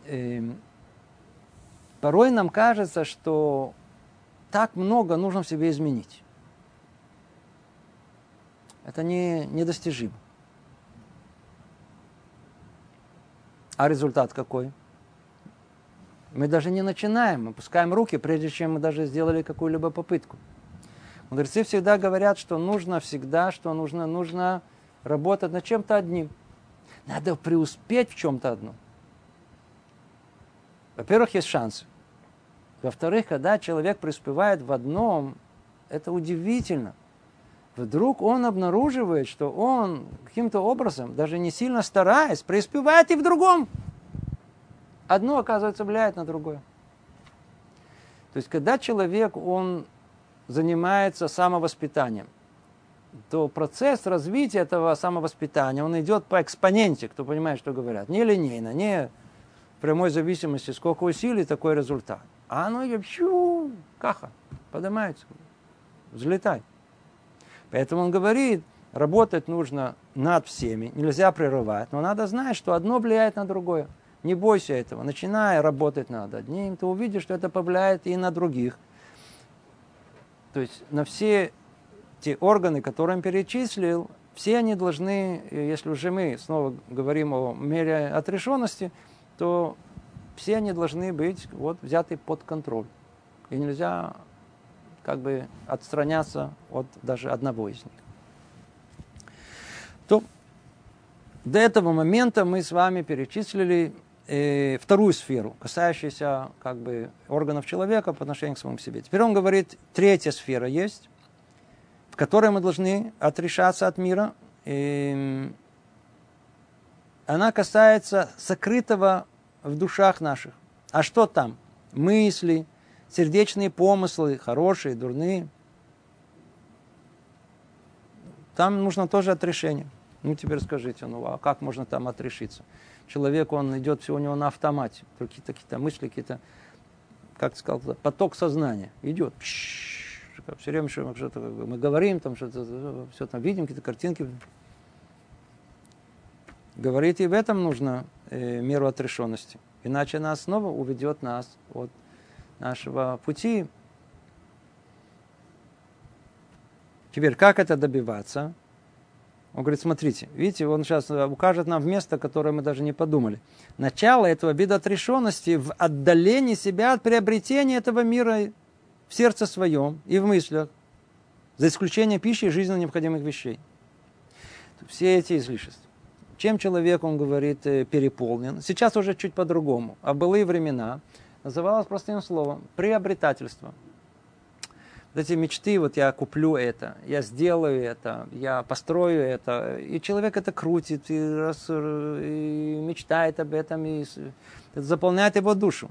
Порой нам кажется, что так много нужно в себе изменить. Это недостижимо. А результат какой? Мы даже не начинаем, мы пускаем руки, прежде чем мы даже сделали какую-либо попытку. Мудрецы всегда говорят, что нужно работать над чем-то одним. Надо преуспеть в чем-то одном. Во-первых, есть шансы. Во-вторых, когда человек преуспевает в одном, это удивительно. Вдруг он обнаруживает, что он каким-то образом, даже не сильно стараясь, преуспевает и в другом. Одно, оказывается, влияет на другое. То есть, когда человек, он занимается самовоспитанием, то процесс развития этого самовоспитания, он идет по экспоненте, кто понимает, что говорят. Не линейно, не в прямой зависимости, сколько усилий, такой результат. А оно идет, каха, поднимается, взлетает. Поэтому он говорит, работать нужно над всеми, нельзя прерывать, но надо знать, что одно влияет на другое. Не бойся этого, начинай работать над одним, ты увидишь, что это повлияет и на других. То есть на все те органы, которые он перечислил, все они должны, если уже мы снова говорим о мере отрешенности, то все они должны быть взяты под контроль. И нельзя отстраняться от даже одного из них. То до этого момента мы с вами перечислили вторую сферу, касающуюся органов человека по отношению к самому себе. Теперь он говорит, третья сфера есть, в которой мы должны отрешаться от мира. Она касается сокрытого в душах наших. А что там? Мысли, сердечные помыслы, хорошие, дурные. Там нужно тоже отрешение. Теперь скажите, а как можно там отрешиться? Человек, он идет все у него на автомате. Какие-то мысли, как ты сказал, поток сознания идет. Все время что-то мы говорим, там что-то, все там видим, какие-то картинки. Говорит, и в этом нужно меру отрешенности. Иначе она снова уведет нас от нашего пути. Теперь, как это добиваться? Он говорит, смотрите, видите, он сейчас укажет нам в место, которое мы даже не подумали. Начало этого вида отрешенности в отдалении себя от приобретения этого мира в сердце своем и в мыслях, за исключением пищи и жизненно необходимых вещей. Все эти излишества. Чем человек, он говорит, переполнен? Сейчас уже чуть по-другому. А в былые времена называлось простым словом приобретательство. Эти мечты, я куплю это, я сделаю это, я построю это. И человек это крутит, и мечтает об этом, и это заполняет его душу.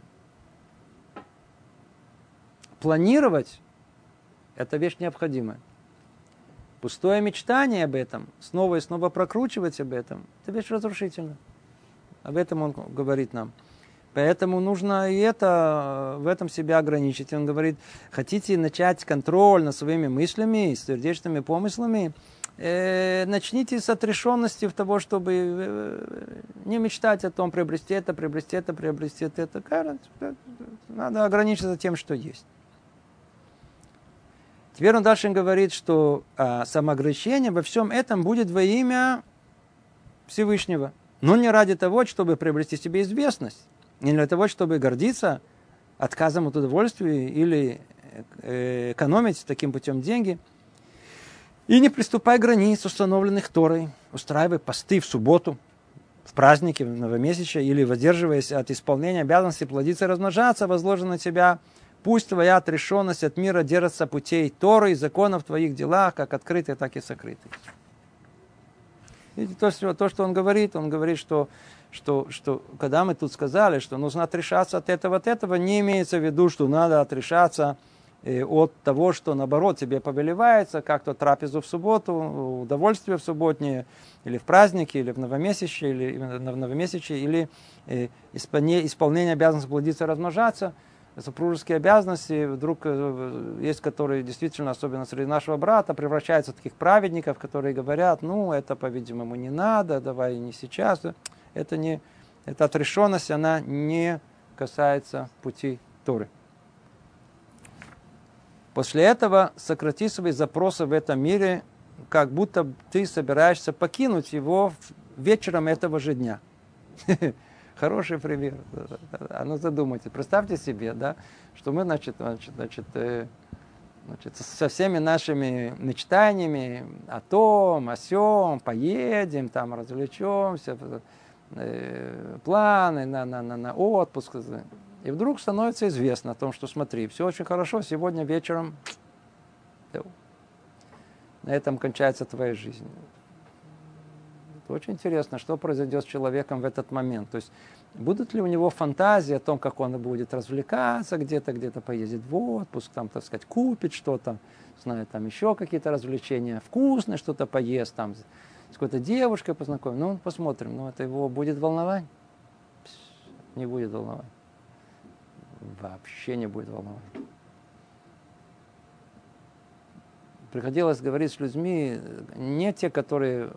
Планировать – это вещь необходимая. Пустое мечтание об этом, снова и снова прокручивать об этом – это вещь разрушительная. Об этом он говорит нам. Поэтому нужно и в этом себя ограничить. Он говорит, хотите начать контроль над своими мыслями, сердечными помыслами, начните с отрешенности в того, чтобы не мечтать о том, приобрести это, приобрести это, приобрести это. Надо ограничиться тем, что есть. Теперь он дальше говорит, что самоограничение во всем этом будет во имя Всевышнего. Но не ради того, чтобы приобрести себе известность. Не для того, чтобы гордиться отказом от удовольствия или экономить таким путем деньги. И не приступай к границ, установленных Торой. Устраивай посты в субботу, в праздники, в новомесячие, или воздерживаясь от исполнения обязанностей плодиться и размножаться, возложено на тебя. Пусть твоя отрешенность от мира держится путей Торы и законов в твоих делах, как открытых, так и сокрытых. Видите, то, что он говорит, что когда мы тут сказали, что нужно отрешаться от этого, не имеется в виду, что надо отрешаться от того, что наоборот тебе повелевается, как-то трапезу в субботу, удовольствие в субботнее, или в празднике, или в новомесячье, или исполнение обязанности плодиться и размножаться. супружеские обязанности вдруг есть, которые действительно, особенно среди нашего брата, превращаются в таких праведников, которые говорят, ну, это, по-видимому, не надо, давай не сейчас. Эта отрешенность, она не касается пути Торы. После этого сократи свои запросы в этом мире, как будто ты собираешься покинуть его вечером этого же дня. Хороший пример. А ну задумайтесь. Представьте себе, да, что мы, со всеми нашими мечтаниями о том, о сём, поедем, там развлечемся, планы на отпуск. И вдруг становится известно о том, что смотри, все очень хорошо, сегодня вечером на этом кончается твоя жизнь. Очень интересно, что произойдет с человеком в этот момент. То есть, будут ли у него фантазии о том, как он будет развлекаться, где-то поедет в отпуск, там, так сказать, купит что-то, знаю, там еще какие-то развлечения, вкусное что-то поест, там, с какой-то девушкой познакомиться. Ну, посмотрим, это его будет волновать? Не будет волновать. Вообще не будет волновать. Приходилось говорить с людьми, не те, которые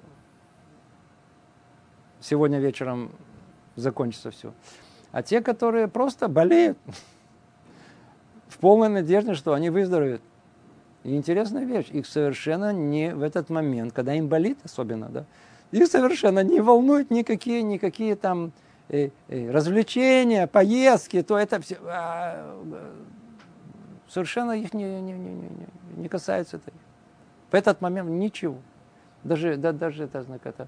сегодня вечером закончится все. А те, которые просто болеют в полной надежде, что они выздоровеют. И интересная вещь, их совершенно не в этот момент, когда им болит особенно, да, их совершенно не волнуют никакие там развлечения, поездки, то это все совершенно их не касается этого. В этот момент ничего. Даже это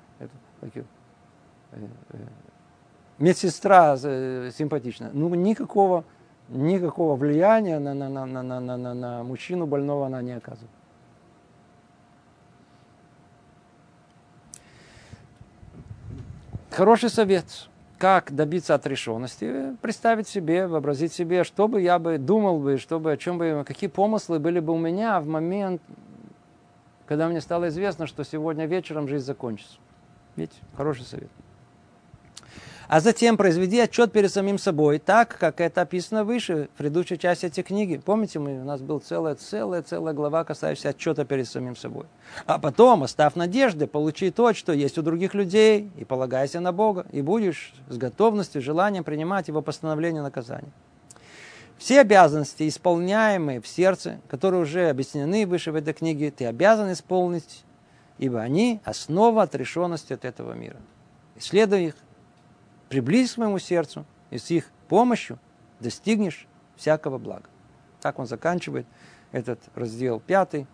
медсестра симпатичная. Ну, никакого влияния на мужчину больного она не оказывает. Хороший совет. Как добиться отрешенности? Представить себе, вообразить себе, что бы я бы думал бы, какие помыслы были бы у меня в момент, когда мне стало известно, что сегодня вечером жизнь закончится. Видите, хороший совет. А затем произведи отчет перед самим собой, так, как это описано выше, в предыдущей части этой книги. Помните, у нас была целая глава, касающаяся отчета перед самим собой. А потом, оставь надежды, получи то, что есть у других людей, и полагайся на Бога, и будешь с готовностью, желанием принимать Его постановление наказания. Все обязанности, исполняемые в сердце, которые уже объяснены выше в этой книге, ты обязан исполнить, ибо они – основа отрешенности от этого мира. Исследуй их, приблизь к моему сердцу, и с их помощью достигнешь всякого блага. Так он заканчивает этот раздел 5,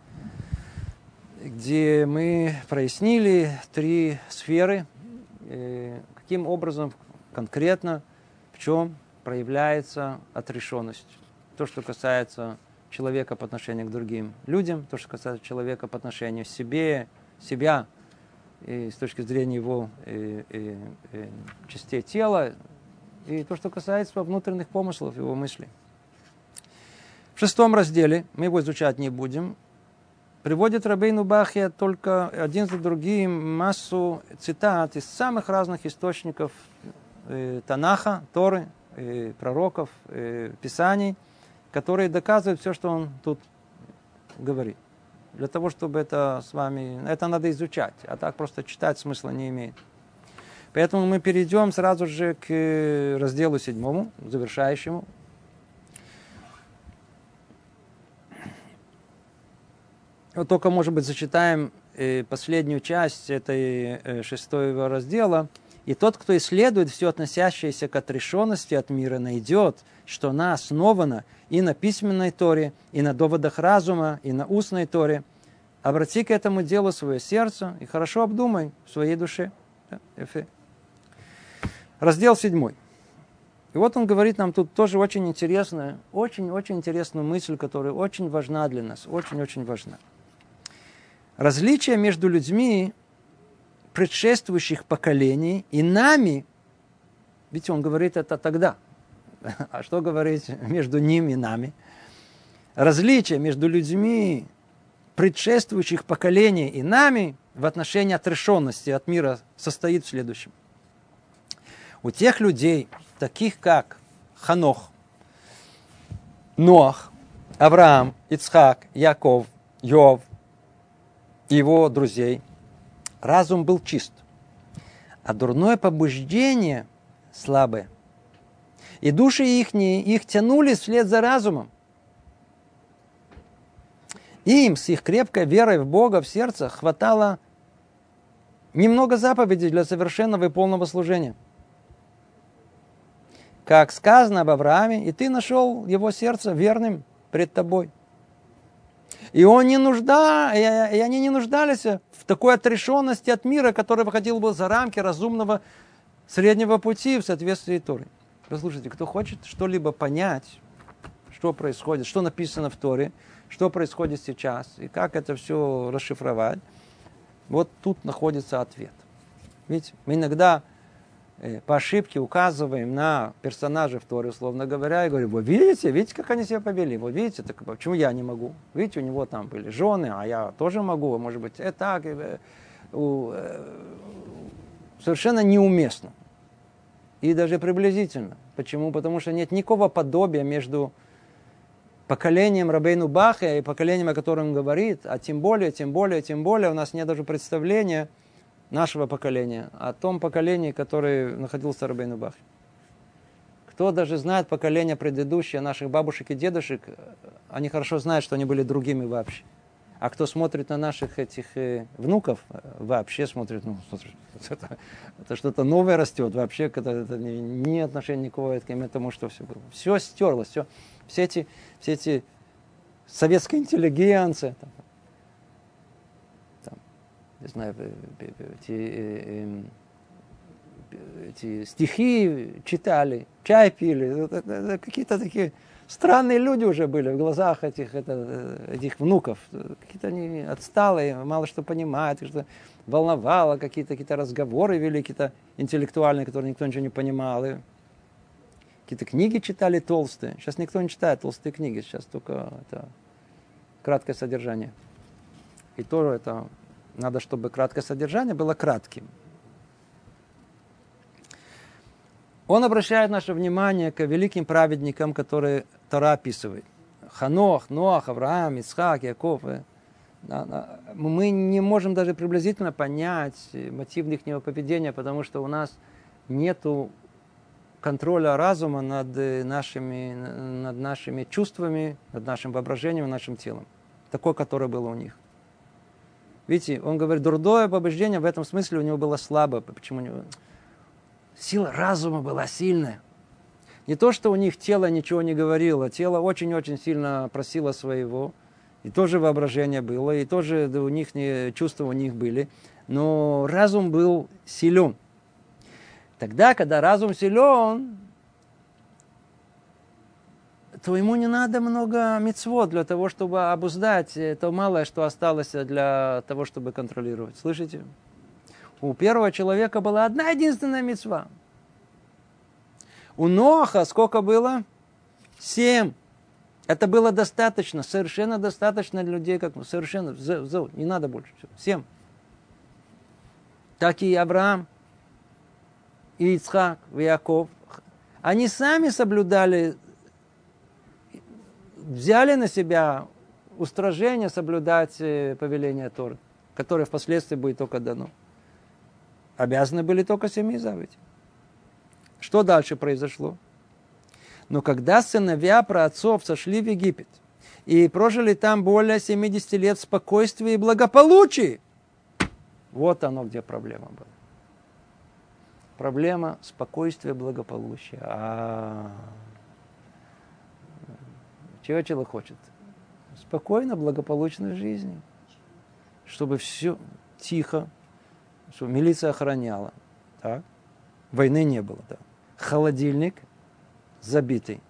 где мы прояснили 3 сферы, каким образом конкретно, в чем проявляется отрешенность. То, что касается человека по отношению к другим людям, то, что касается человека по отношению к себя, и с точки зрения его частей тела, и то, что касается внутренних помыслов, его мыслей. В 6 разделе, мы его изучать не будем, приводит Рабейну Бахья только один за другим массу цитат из самых разных источников Танаха, Торы, пророков, Писаний, которые доказывают все, что он тут говорит. Для того, чтобы это надо изучать, а так просто читать смысла не имеет. Поэтому мы перейдем сразу же к разделу 7, завершающему. Вот только, может быть, зачитаем последнюю часть этой 6 раздела. И тот, кто исследует все относящееся к отрешенности от мира, найдет, что она основана и на письменной Торе, и на доводах разума, и на устной Торе. Обрати к этому делу свое сердце и хорошо обдумай в своей душе. Раздел 7. И вот он говорит нам тут тоже очень интересную мысль, которая очень важна для нас, очень-очень важна. Различие между людьми предшествующих поколений и нами, ведь он говорит это тогда, а что говорить между ним и нами? Различие между людьми предшествующих поколений и нами в отношении отрешенности от мира состоит в следующем. У тех людей, таких как Ханох, Ноах, Авраам, Ицхак, Яков, Йов, его друзей, разум был чист, а дурное побуждение слабое. И души их тянулись вслед за разумом. Им с их крепкой верой в Бога в сердце хватало немного заповедей для совершенного и полного служения. Как сказано об Аврааме, и ты нашел его сердце верным пред тобой. И они не нуждались в такой отрешенности от мира, который выходил бы за рамки разумного среднего пути в соответствии с Торой. Послушайте, кто хочет что-либо понять, что происходит, что написано в Торе, что происходит сейчас, и как это все расшифровать, вот тут находится ответ. Видите, мы иногда по ошибке указываем на персонажей в Торе, условно говоря, и говорим, вот видите, как они себя повели, вот видите, так почему я не могу? Видите, у него там были жены, а я тоже могу, может быть, это так, совершенно неуместно. И даже приблизительно. Почему? Потому что нет никакого подобия между поколением Рабейну Бахе и поколением, о котором он говорит, а тем более у нас нет даже представления нашего поколения о том поколении, которое находился Рабейну Бахе. Кто даже знает поколение предыдущее наших бабушек и дедушек, они хорошо знают, что они были другими вообще. А кто смотрит на наших этих внуков, вообще смотрит, это что-то новое растет, вообще это не отношение никакого к этому, что все было. Все стерлось, все эти советская интеллигенция, не знаю, эти стихи читали, чай пили, какие-то такие странные люди уже были в глазах этих внуков. Какие-то они отсталые, мало что понимают, что волновало, какие-то разговоры вели, какие-то интеллектуальные, которые никто ничего не понимал. И какие-то книги читали толстые. Сейчас никто не читает толстые книги, сейчас только это краткое содержание. И тоже это надо, чтобы краткое содержание было кратким. Он обращает наше внимание к великим праведникам, которые Тора описывает. Ханох, Ноах, Авраам, Ицхак, Яков. Мы не можем даже приблизительно понять мотив их поведения, потому что у нас нет контроля разума над нашими чувствами, над нашим воображением, нашим телом. Такой, который был у них. Видите, он говорит, дурное побуждение в этом смысле у него было слабое. Почему у него? Сила разума была сильная. Не то, что у них тело ничего не говорило. Тело очень-очень сильно просило своего. И тоже воображение было, и тоже у них чувства у них были. Но разум был силен. Тогда, когда разум силен, то ему не надо много мицвот для того, чтобы обуздать то малое, что осталось для того, чтобы контролировать. Слышите? У первого человека была одна единственная мицва. У Ноаха сколько было? 7. Это было достаточно, совершенно достаточно для людей, как совершенно, не надо больше. 7. Так и Авраам, и Ицхак, и Яков. Они сами соблюдали, взяли на себя устражение соблюдать повеление Торы, которое впоследствии будет только дано. Обязаны были только 7 заповедей. Что дальше произошло? Но когда сыновья праотцов сошли в Египет и прожили там более 70 лет в спокойствии и благополучии, вот оно, где проблема была. Проблема спокойствия и благополучия. Чего человек хочет? Спокойно, благополучной жизни. Чтобы все тихо, чтобы милиция охраняла. Так? Войны не было. Так? Холодильник забитый.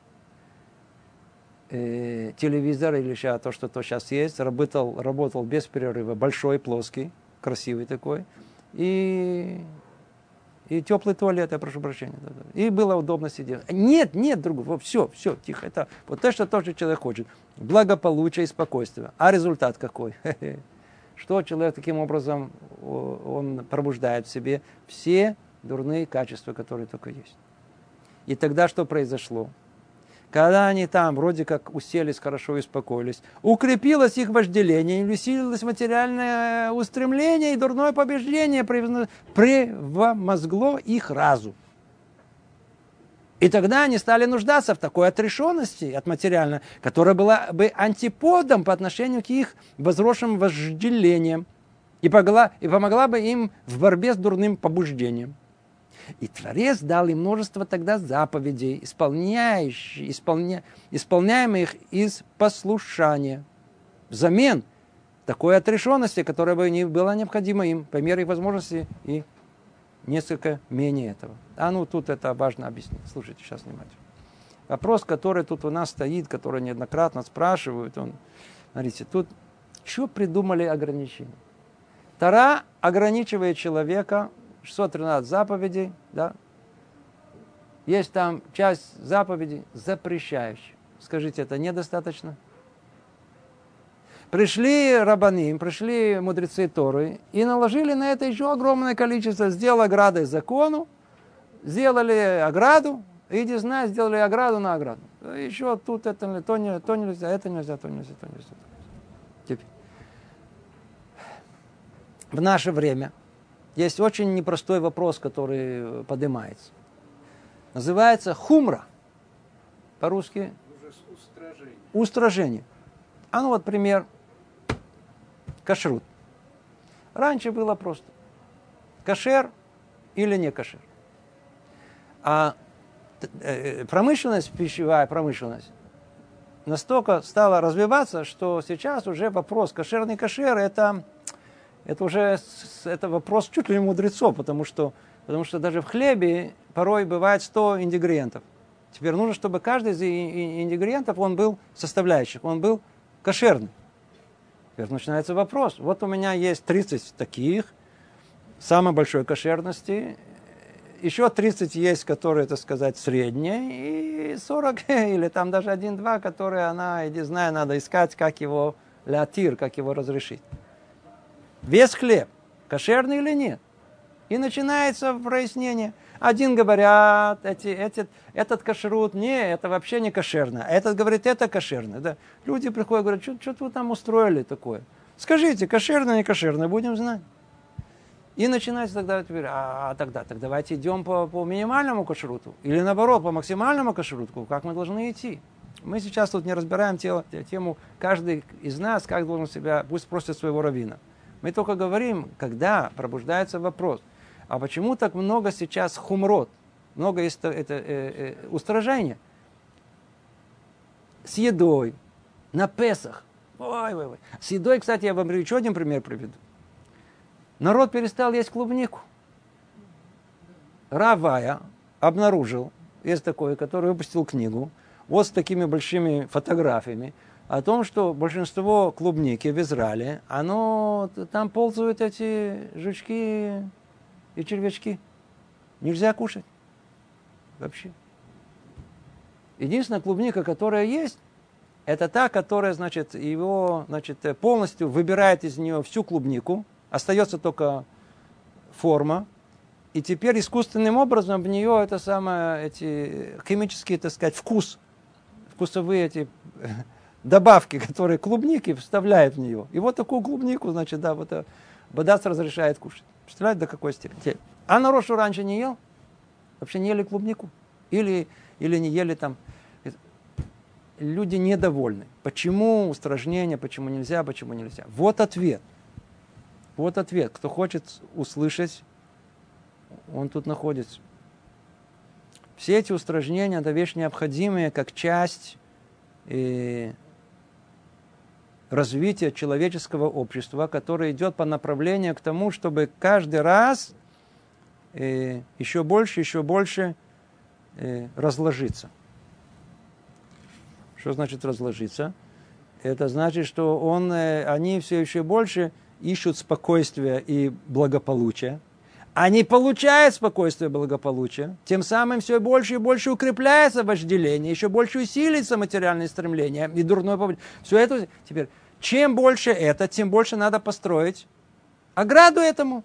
Телевизор или то, что сейчас есть, работал без перерыва. Большой, плоский, красивый такой. И теплый туалет, я прошу прощения. И было удобно сидеть. Нет другого. Все, тихо. Это вот то, что тоже человек хочет. Благополучие и спокойствие. А результат какой? Что человек таким образом, он пробуждает в себе все дурные качества, которые только есть. И тогда что произошло? когда они там вроде как уселись хорошо и успокоились, укрепилось их вожделение, усилилось материальное устремление и дурное побеждение превозмогло их разум. И тогда они стали нуждаться в такой отрешенности от материального, которая была бы антиподом по отношению к их возросшим вожделениям и помогла бы им в борьбе с дурным побуждением. И Творец дал им множество тогда заповедей, исполняемых из послушания, взамен такой отрешенности, которая бы не была необходима им по мере их возможности и несколько менее этого. Тут это важно объяснить. Слушайте сейчас внимательно. Вопрос, который тут у нас стоит, который неоднократно спрашивают, смотрите, тут что придумали ограничения? Тора ограничивает человека, 613 заповедей, да? Есть там часть заповедей запрещающих. Скажите, это недостаточно? Пришли рабаним, пришли мудрецы Торы и наложили на это еще огромное количество. Сделали оградой закону, сделали ограду, и не знаю, сделали ограду на ограду. Еще тут это, то нельзя, это нельзя, то нельзя, то нельзя. Теперь. В наше время есть очень непростой вопрос, который поднимается. Называется хумра. По-русски устражение. Пример. Кашрут. Раньше было просто. Кашер или не кашер. А промышленность, пищевая промышленность, настолько стала развиваться, что сейчас уже вопрос кашер, не кашер, это вопрос чуть ли не мудрецов, потому что даже в хлебе порой бывает 100 ингредиентов. Теперь нужно, чтобы каждый из ингредиентов, он был составляющих, он был кошерный. Теперь начинается вопрос. Вот у меня есть 30 таких, самой большой кошерности, еще 30 есть, которые, так сказать, средние, и 40, или там даже 1-2, которые надо искать, как его лятир, как его разрешить. Весь хлеб, кошерный или нет? И начинается прояснение. Один говорят, этот кашрут, это вообще не кошерно. А этот говорит, это кошерно. Да. Люди приходят и говорят, что вы там устроили такое? Скажите, кошерно, не кошерно, будем знать. И начинается тогда, так давайте идем по минимальному кашруту. Или наоборот, по максимальному кашруту. Как мы должны идти? Мы сейчас тут не разбираем тему, каждый из нас, как должен себя, пусть спросит своего раввина. Мы только говорим, когда пробуждается вопрос, а почему так много сейчас хумрот, много есть устражения с едой, на Песах. Ой. С едой, кстати, я вам еще один пример приведу. Народ перестал есть клубнику. Равая обнаружил, есть такой, который выпустил книгу, вот с такими большими фотографиями, о том, что большинство клубники в Израиле, там ползают эти жучки и червячки. Нельзя кушать. Вообще. Единственная клубника, которая есть, это та, которая, полностью выбирает из нее всю клубнику, остается только форма, и теперь искусственным образом в нее эти химические, так сказать, вкусовые эти добавки, которые клубники вставляют в нее. И вот такую клубнику, Бадас разрешает кушать. Представляете, до какой степени? А народ, что раньше не ел? Вообще не ели клубнику? Или не ели там? Люди недовольны. Почему устражнение, почему нельзя? Вот ответ. Кто хочет услышать, он тут находится. Все эти устражнения, это вещь необходимая, как часть развития человеческого общества, которое идет по направлению к тому, чтобы каждый раз еще больше разложиться. Что значит разложиться? Это значит, что они все еще больше ищут спокойствия и благополучия. Они получают спокойствие и благополучие. Тем самым все больше и больше укрепляется вожделение, еще больше усилится материальное стремление и дурное поведение. Все это теперь, чем больше тем больше надо построить ограду этому.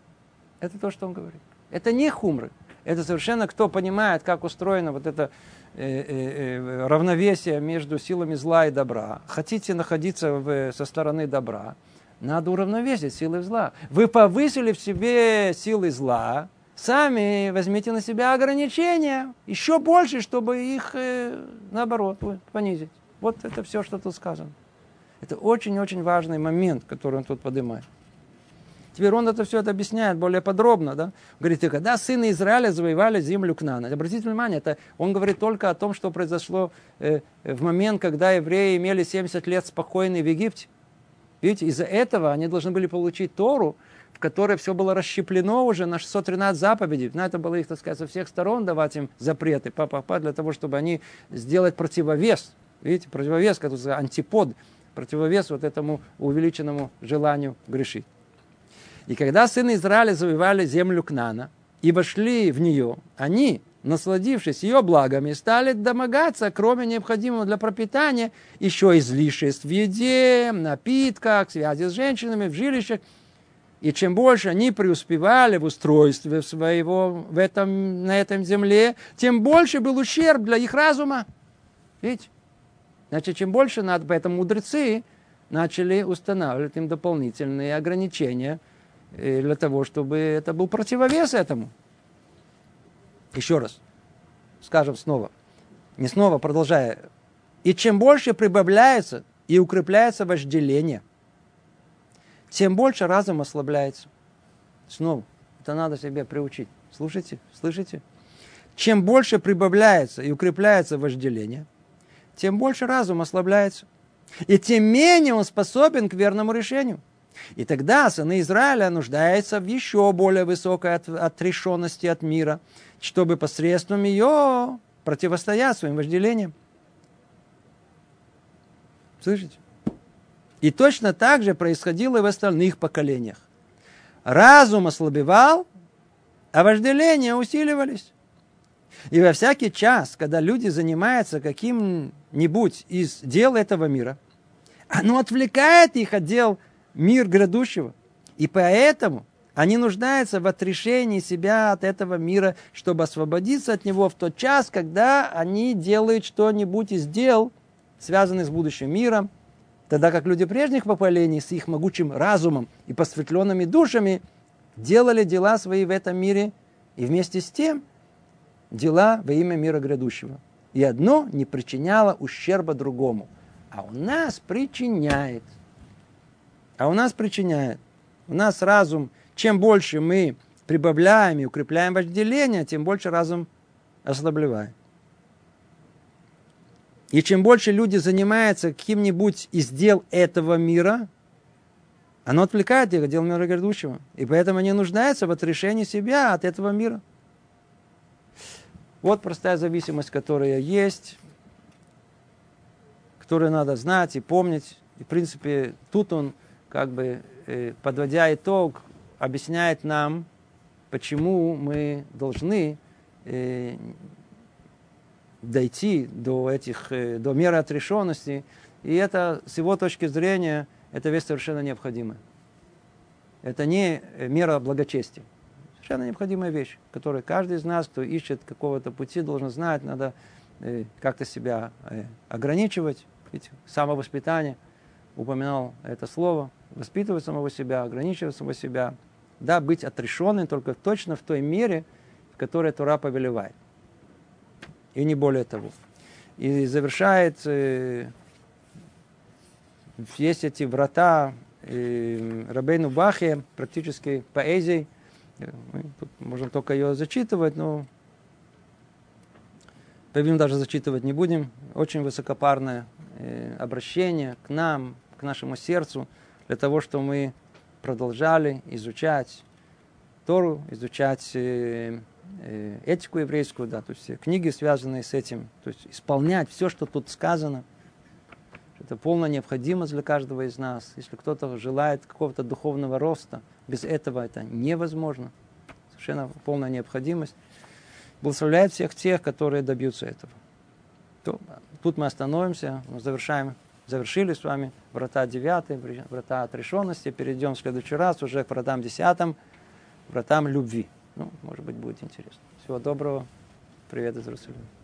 Это то, что он говорит. Это не хумры. Это совершенно, кто понимает, как устроена вот эта равновесия между силами зла и добра, хотите находиться со стороны добра, надо уравновесить силы зла. Вы повысили в себе силы зла, сами возьмите на себя ограничения, еще больше, чтобы их, наоборот, понизить. Вот это все, что тут сказано. Это очень-очень важный момент, который он тут поднимает. Теперь он все это объясняет более подробно. Да? Говорит, когда сыны Израиля завоевали землю Кнаана. Обратите внимание, он говорит только о том, что произошло в момент, когда евреи имели 70 лет спокойны в Египте. Видите, из-за этого они должны были получить Тору, в которой все было расщеплено уже на 613 заповедей. Надо было их, так сказать, со всех сторон давать им запреты, для того, чтобы они сделать противовес. Видите, противовес, как антипод, противовес вот этому увеличенному желанию грешить. И когда сыны Израиля завоевали землю Кнаана и вошли в нее, они, насладившись ее благами, стали домогаться, кроме необходимого для пропитания, еще излишеств в еде, напитках, связи с женщинами, в жилищах. И чем больше они преуспевали в устройстве на этом земле, тем больше был ущерб для их разума. Видите? Значит, чем больше надо, поэтому мудрецы начали устанавливать им дополнительные ограничения для того, чтобы это был противовес этому. Еще раз, скажем снова, не снова, продолжая. И чем больше прибавляется и укрепляется вожделение, тем больше разум ослабляется. Снова, это надо себе приучить. Слышите? Чем больше прибавляется и укрепляется вожделение, тем больше разум ослабляется. И тем менее он способен к верному решению. И тогда сыны Израиля нуждаются в еще более высокой отрешенности от мира, чтобы посредством ее противостоять своим вожделениям. Слышите? И точно так же происходило и в остальных поколениях. Разум ослабевал, а вожделения усиливались. И во всякий час, когда люди занимаются каким-нибудь из дел этого мира, оно отвлекает их от дел мира грядущего. И поэтому они нуждаются в отрешении себя от этого мира, чтобы освободиться от него в тот час, когда они делают что-нибудь из дел, связанных с будущим миром, тогда как люди прежних поколений с их могучим разумом и просветленными душами делали дела свои в этом мире и вместе с тем дела во имя мира грядущего. И одно не причиняло ущерба другому. А у нас причиняет. У нас разум, чем больше мы прибавляем и укрепляем вожделение, тем больше разум ослабевает. И чем больше люди занимаются каким-нибудь из дел этого мира, оно отвлекает их от дел мира грядущего. И поэтому они нуждаются в отрешении себя от этого мира. Вот простая зависимость, которая есть, которую надо знать и помнить. И, в принципе, тут он, подводя итог, объясняет нам, почему мы должны дойти до меры отрешенности. И это, с его точки зрения, это вещь совершенно необходимая. Это не мера благочестия. Совершенно необходимая вещь, которую каждый из нас, кто ищет какого-то пути, должен знать, надо как-то себя ограничивать. Ведь самовоспитание, упоминал это слово, воспитывать самого себя, ограничивать самого себя, да, быть отрешенным только точно в той мере, в которой Тора повелевает. И не более того. И завершает, есть эти врата Рабейну Бахе, практически поэзией. Мы тут можем только ее зачитывать, но Павим даже зачитывать не будем. Очень высокопарное обращение к нам, к нашему сердцу, для того, чтобы мы продолжали изучать Тору, изучать этику еврейскую, да, то есть книги, связанные с этим, то есть исполнять все, что тут сказано. Это полная необходимость для каждого из нас. Если кто-то желает какого-то духовного роста, без этого это невозможно. Совершенно полная необходимость. Благословляет всех тех, которые добьются этого. Тут мы остановимся, мы завершили с вами врата 9, врата отрешенности. Перейдем в следующий раз уже к вратам 10, вратам любви. Может быть, будет интересно. Всего доброго. Привет из Иерусалима.